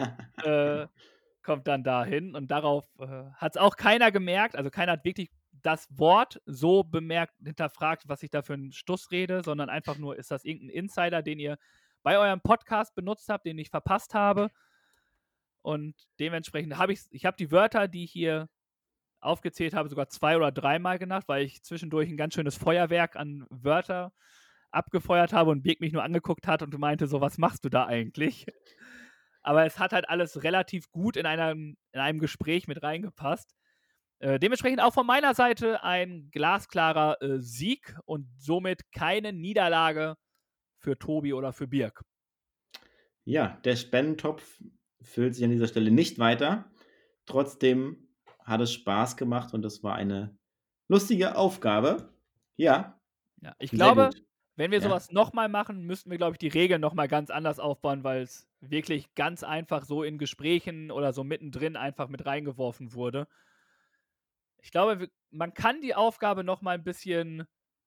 kommt dann dahin. Und darauf hat es auch keiner gemerkt. Also keiner hat wirklich das Wort so hinterfragt, was ich da für einen Stuss rede, sondern einfach nur, ist das irgendein Insider, den ihr bei eurem Podcast benutzt habt, den ich verpasst habe. Und dementsprechend habe ich habe die Wörter, die ich hier aufgezählt habe, sogar 2 oder 3 Mal genannt, weil ich zwischendurch ein ganz schönes Feuerwerk an Wörter abgefeuert habe und Birk mich nur angeguckt hat und meinte so, was machst du da eigentlich? Aber es hat halt alles relativ gut in einem Gespräch mit reingepasst. Dementsprechend auch von meiner Seite ein glasklarer Sieg und somit keine Niederlage für Tobi oder für Birk. Ja, der Spendentopf füllt sich an dieser Stelle nicht weiter. Trotzdem hat es Spaß gemacht und es war eine lustige Aufgabe. Ja, Ja, ich sehr glaube, gut. wenn wir Ja. sowas nochmal machen, müssten wir, glaube ich, die Regeln nochmal ganz anders aufbauen, weil es wirklich ganz einfach so in Gesprächen oder so mittendrin einfach mit reingeworfen wurde. Ich glaube, man kann die Aufgabe nochmal ein bisschen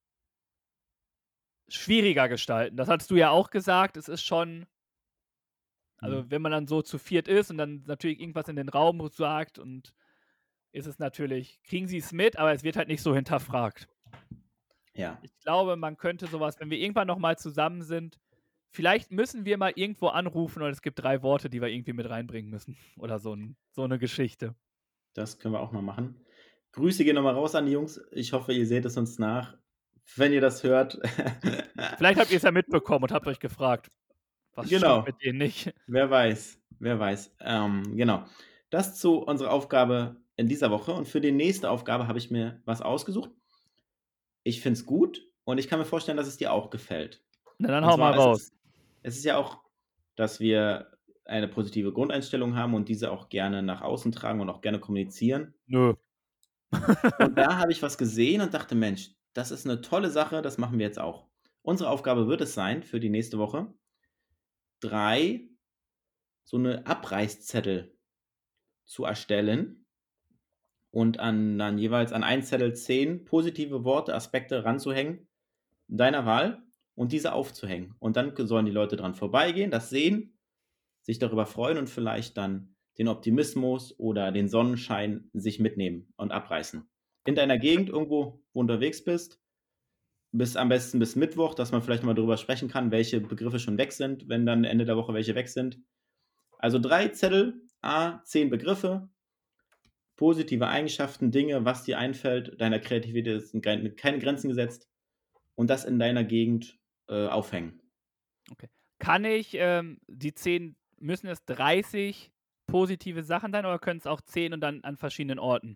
schwieriger gestalten. Das hattest du ja auch gesagt. Es ist schon, also wenn man dann so zu viert ist und dann natürlich irgendwas in den Raum sagt, und ist es natürlich, kriegen sie es mit, aber es wird halt nicht so hinterfragt. Ja. Ich glaube, man könnte sowas, wenn wir irgendwann nochmal zusammen sind, vielleicht müssen wir mal irgendwo anrufen und es gibt 3 Worte, die wir irgendwie mit reinbringen müssen. Oder so eine Geschichte. Das können wir auch mal machen. Grüße gehen nochmal raus an die Jungs. Ich hoffe, ihr seht es uns nach. Wenn ihr das hört. Vielleicht habt ihr es ja mitbekommen und habt euch gefragt, was Genau. stimmt mit denen nicht. Wer weiß. Genau. Das zu unserer Aufgabe in dieser Woche. Und für die nächste Aufgabe habe ich mir was ausgesucht. Ich finde es gut und ich kann mir vorstellen, dass es dir auch gefällt. Na, dann Und hau mal zwar raus. Es ist ja auch, dass wir eine positive Grundeinstellung haben und diese auch gerne nach außen tragen und auch gerne kommunizieren. Nö. Und da habe ich was gesehen und dachte, Mensch, das ist eine tolle Sache, das machen wir jetzt auch. Unsere Aufgabe wird es sein, für die nächste Woche, 3 so eine Abreißzettel zu erstellen und dann jeweils an einen Zettel 10 positive Worte, Aspekte ranzuhängen, deiner Wahl, und diese aufzuhängen. Und dann sollen die Leute dran vorbeigehen, das sehen, sich darüber freuen und vielleicht dann den Optimismus oder den Sonnenschein sich mitnehmen und abreißen. In deiner Gegend irgendwo, wo du unterwegs bist, am besten bis Mittwoch, dass man vielleicht mal darüber sprechen kann, welche Begriffe schon weg sind, wenn dann Ende der Woche welche weg sind. Also 3 Zettel, 10 Begriffe, positive Eigenschaften, Dinge, was dir einfällt, deiner Kreativität sind keine Grenzen gesetzt, und das in deiner Gegend aufhängen. Okay. Kann ich, die 10, müssen es 30 positive Sachen sein oder können es auch 10 und dann an verschiedenen Orten?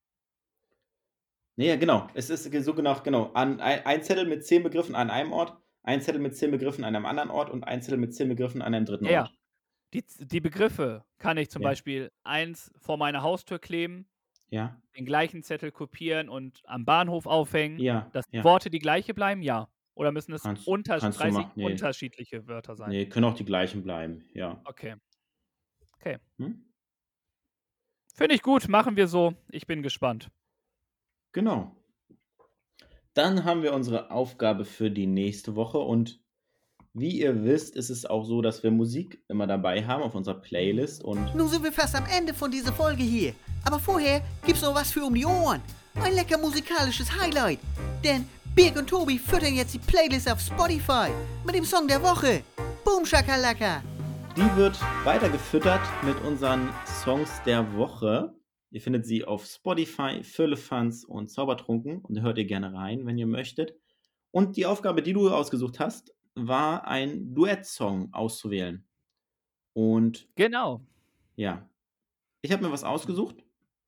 Nee, genau. Es ist so genau. Ein Zettel mit 10 Begriffen an einem Ort, ein Zettel mit 10 Begriffen an einem anderen Ort und ein Zettel mit 10 Begriffen an einem dritten Ja, Ort. die Begriffe kann ich zum Ja. Beispiel 1 vor meine Haustür kleben, Ja, den gleichen Zettel kopieren und am Bahnhof aufhängen, ja, dass die ja. Worte die gleiche bleiben? Ja. Oder müssen es Kannst du 30 machen. Nee. unterschiedliche Wörter sein? Nee, können auch die gleichen bleiben, ja. Okay. Hm? Finde ich gut, machen wir so. Ich bin gespannt. Genau. Dann haben wir unsere Aufgabe für die nächste Woche und wie ihr wisst, ist es auch so, dass wir Musik immer dabei haben auf unserer Playlist und Nun sind wir fast am Ende von dieser Folge hier. Aber vorher gibt's noch was für um die Ohren. Ein lecker musikalisches Highlight. Denn Birk und Tobi füttern jetzt die Playlist auf Spotify mit dem Song der Woche. Boom Shakalaka. die wird weiter gefüttert mit unseren Songs der Woche. Ihr findet sie auf Spotify, Firlefanz und Zaubertrunken und hört ihr gerne rein, wenn ihr möchtet. Und die Aufgabe, die du ausgesucht hast, war ein Duettsong auszuwählen. Und Genau. ja, ich habe mir was ausgesucht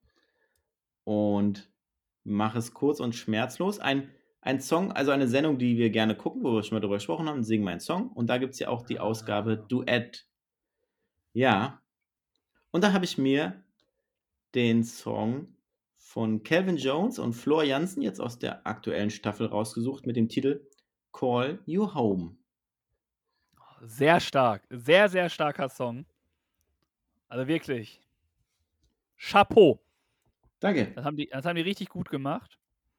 und mache es kurz und schmerzlos. Ein Song, also eine Sendung, die wir gerne gucken, wo wir schon mal drüber gesprochen haben, singen wir einen Song. Und da gibt es ja auch die Ausgabe Duett. Ja. Und da habe ich mir den Song von Calvin Jones und Floor Jansen jetzt aus der aktuellen Staffel rausgesucht mit dem Titel Call You Home. Sehr stark. Sehr, sehr starker Song. Also wirklich. Chapeau. Danke. Das haben die richtig gut gemacht.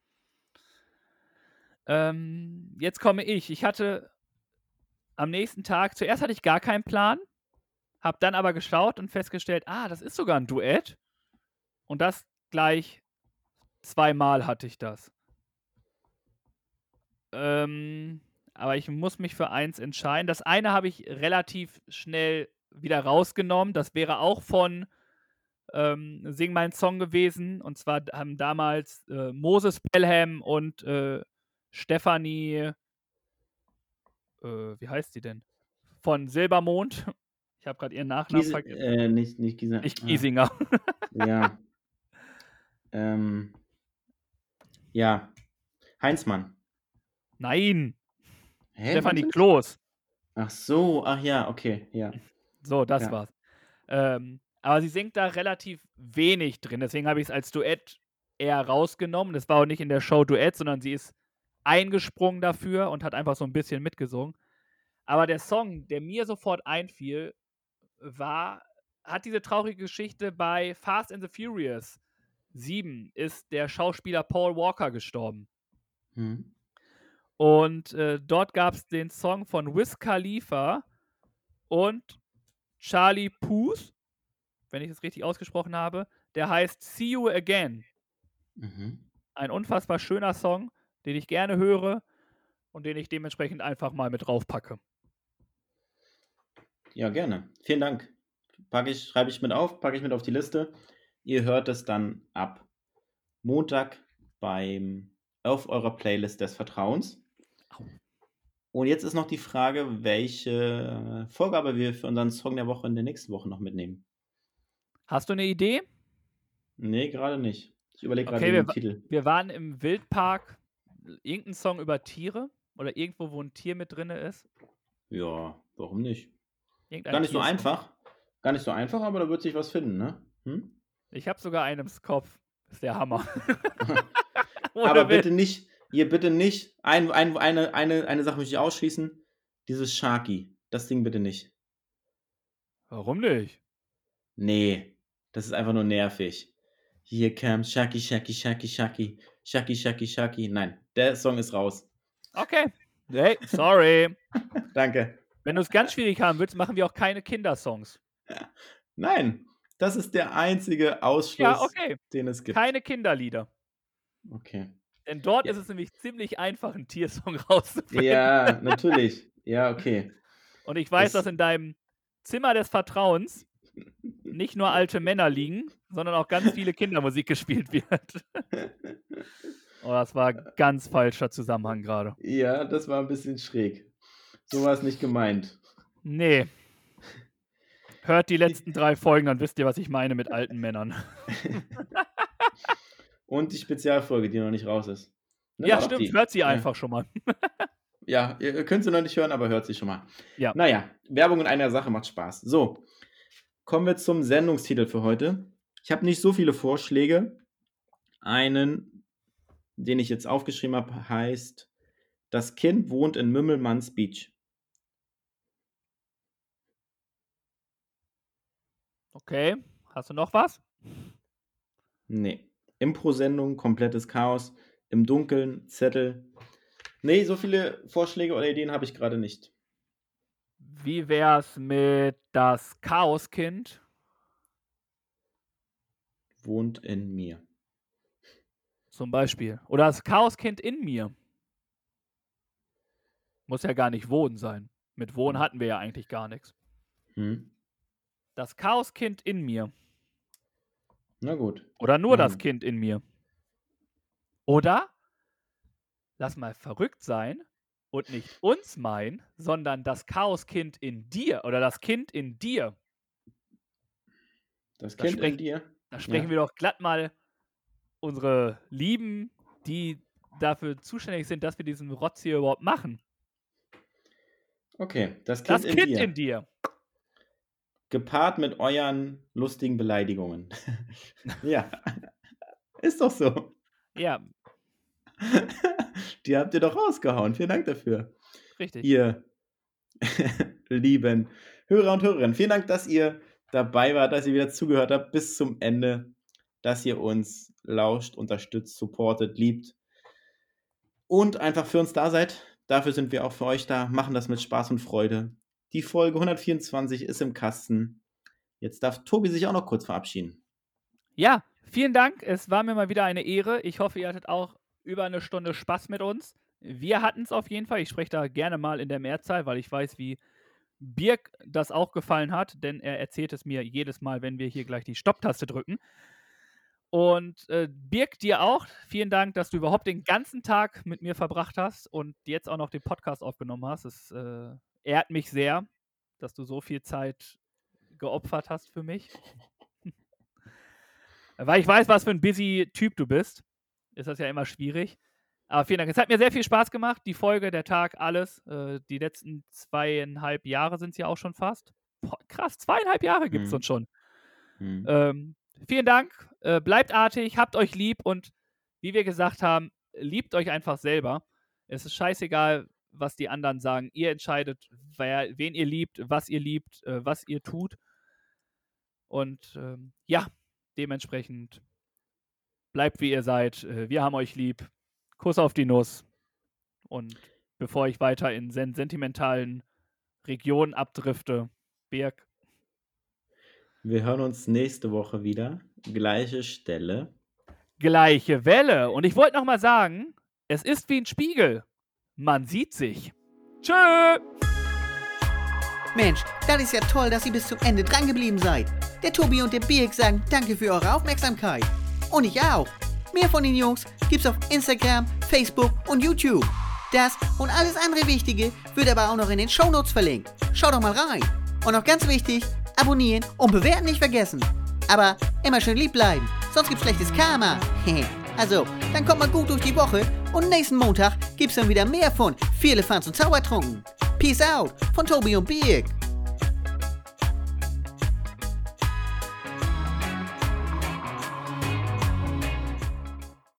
Jetzt komme ich. Ich hatte am nächsten Tag, zuerst hatte ich gar keinen Plan, habe dann aber geschaut und festgestellt, das ist sogar ein Duett. Und das gleich 2-mal hatte ich das. Aber ich muss mich für eins entscheiden. Das eine habe ich relativ schnell wieder rausgenommen. Das wäre auch von Sing mein Song gewesen. Und zwar haben damals Moses Pelham und Stefanie, wie heißt sie denn? Von Silbermond. Ich habe gerade ihren Nachnamen vergessen. Nicht Giesinger. Nicht Giesinger. Ja. Ja. Heinzmann. Nein. Hä, Stefanie warte. Kloß. Ach so, ach ja, okay, ja. So, das Ja. war's. Aber sie singt da relativ wenig drin, deswegen habe ich es als Duett eher rausgenommen. Das war auch nicht in der Show Duett, sondern sie ist eingesprungen dafür und hat einfach so ein bisschen mitgesungen. Aber der Song, der mir sofort einfiel, hat diese traurige Geschichte bei Fast and the Furious 7 ist der Schauspieler Paul Walker gestorben. Hm. Und dort gab es den Song von Wiz Khalifa und Charlie Puth, wenn ich es richtig ausgesprochen habe, der heißt See You Again. Mhm. Ein unfassbar schöner Song, den ich gerne höre und den ich dementsprechend einfach mal mit draufpacke. Ja, gerne. Vielen Dank. Schreibe ich mit auf, packe ich mit auf die Liste. Ihr hört es dann ab Montag auf eurer Playlist des Vertrauens. Und jetzt ist noch die Frage, welche Vorgabe wir für unseren Song der Woche in der nächsten Woche noch mitnehmen. Hast du eine Idee? Nee, gerade nicht. Ich überlege gerade Okay, den Titel. wir waren im Wildpark. Irgendein Song über Tiere? Oder irgendwo, wo ein Tier mit drin ist? Ja, warum nicht? Irgendein Gar nicht so Tiersong. einfach. Gar nicht so einfach, aber da wird sich was finden, ne? Ich habe sogar einen im Kopf. Das ist der Hammer. Aber bitte nicht, eine Sache möchte ich ausschließen. Dieses Sharky. Das Ding bitte nicht. Warum nicht? Nee, das ist einfach nur nervig. Here comes Sharky, Sharky, Sharky, Sharky. Sharky, Sharky, Sharky. Nein, der Song ist raus. Okay. Hey, sorry. Danke. Wenn du es ganz schwierig haben willst, machen wir auch keine Kindersongs. Nein, das ist der einzige Ausschluss, den es gibt. Keine Kinderlieder. Okay. Denn dort ist es nämlich ziemlich einfach, einen Tiersong rauszufinden. Ja, natürlich. Ja, okay. Und ich weiß, dass in deinem Zimmer des Vertrauens nicht nur alte Männer liegen, sondern auch ganz viele Kindermusik gespielt wird. Oh, das war ein ganz falscher Zusammenhang gerade. Ja, das war ein bisschen schräg. So war es nicht gemeint. Nee. Hört die letzten 3 Folgen, dann wisst ihr, was ich meine mit alten Männern. Und die Spezialfolge, die noch nicht raus ist. Ne, ja, stimmt. Hört sie einfach schon mal. Ja, ihr könnt sie noch nicht hören, aber hört sie schon mal. Ja. Naja, Werbung in einer Sache macht Spaß. So, kommen wir zum Sendungstitel für heute. Ich habe nicht so viele Vorschläge. Einen, den ich jetzt aufgeschrieben habe, heißt Das Kind wohnt in Mümmelmanns Beach. Okay. Hast du noch was? Nee. Impro-Sendung, komplettes Chaos, im Dunkeln, Zettel. Nee, so viele Vorschläge oder Ideen habe ich gerade nicht. Wie wär's mit Das Chaoskind? Wohnt in mir. Zum Beispiel. Oder Das Chaoskind in mir. Muss ja gar nicht Wohnen sein. Mit Wohnen hatten wir ja eigentlich gar nichts. Das Chaoskind in mir. Na gut. Oder nur Machen das wir. Kind in mir. Oder lass mal verrückt sein und nicht uns meinen, sondern das Chaoskind in dir oder das Kind in dir. Das Da Kind in dir. Da sprechen Ja. wir doch glatt mal unsere Lieben, die dafür zuständig sind, dass wir diesen Rotz hier überhaupt machen. Okay, das Das Kind in Kind dir. in dir. Gepaart mit euren lustigen Beleidigungen. Ja, ist doch so. Ja, Die habt ihr doch rausgehauen. Vielen Dank dafür. richtig. Ihr lieben Hörer und Hörerinnen. Vielen Dank, dass ihr dabei wart, dass ihr wieder zugehört habt bis zum Ende, dass ihr uns lauscht, unterstützt, supportet, liebt und einfach für uns da seid. Dafür sind wir auch für euch da, machen das mit Spaß und Freude. Die Folge 124 ist im Kasten. Jetzt darf Tobi sich auch noch kurz verabschieden. Ja, vielen Dank. Es war mir mal wieder eine Ehre. Ich hoffe, ihr hattet auch über eine Stunde Spaß mit uns. Wir hatten es auf jeden Fall. Ich spreche da gerne mal in der Mehrzahl, weil ich weiß, wie Birk das auch gefallen hat, denn er erzählt es mir jedes Mal, wenn wir hier gleich die Stopptaste drücken. Und Birk, dir auch. Vielen Dank, dass du überhaupt den ganzen Tag mit mir verbracht hast und jetzt auch noch den Podcast aufgenommen hast. Es ehrt mich sehr, dass du so viel Zeit geopfert hast für mich. Weil ich weiß, was für ein busy Typ du bist. Ist das ja immer schwierig. Aber vielen Dank. Es hat mir sehr viel Spaß gemacht. Die Folge, der Tag, alles. Die letzten 2,5 Jahre sind es ja auch schon fast. Boah, krass, 2,5 Jahre gibt es uns schon. Vielen Dank. Bleibt artig, habt euch lieb und wie wir gesagt haben, liebt euch einfach selber. Es ist scheißegal, was die anderen sagen. Ihr entscheidet, wen ihr liebt, was ihr tut. Und ja, dementsprechend bleibt wie ihr seid. Wir haben euch lieb. Kuss auf die Nuss. Und bevor ich weiter in sentimentalen Regionen abdrifte, Birk. Wir hören uns nächste Woche wieder. Gleiche Stelle. Gleiche Welle. Und ich wollte nochmal sagen, es ist wie ein Spiegel. Man sieht sich. Tschö! Mensch, das ist ja toll, dass ihr bis zum Ende dran geblieben seid. Der Tobi und der Birk sagen danke für eure Aufmerksamkeit. Und ich auch. Mehr von den Jungs gibt's auf Instagram, Facebook und YouTube. Das und alles andere Wichtige wird aber auch noch in den Shownotes verlinkt. Schaut doch mal rein. Und noch ganz wichtig, abonnieren und bewerten nicht vergessen. Aber immer schön lieb bleiben, sonst gibt's schlechtes Karma. Also, dann kommt mal gut durch die Woche und nächsten Montag gibt's dann wieder mehr von Firlefanz und Zaubertrunken. Peace out von Tobi und Birk.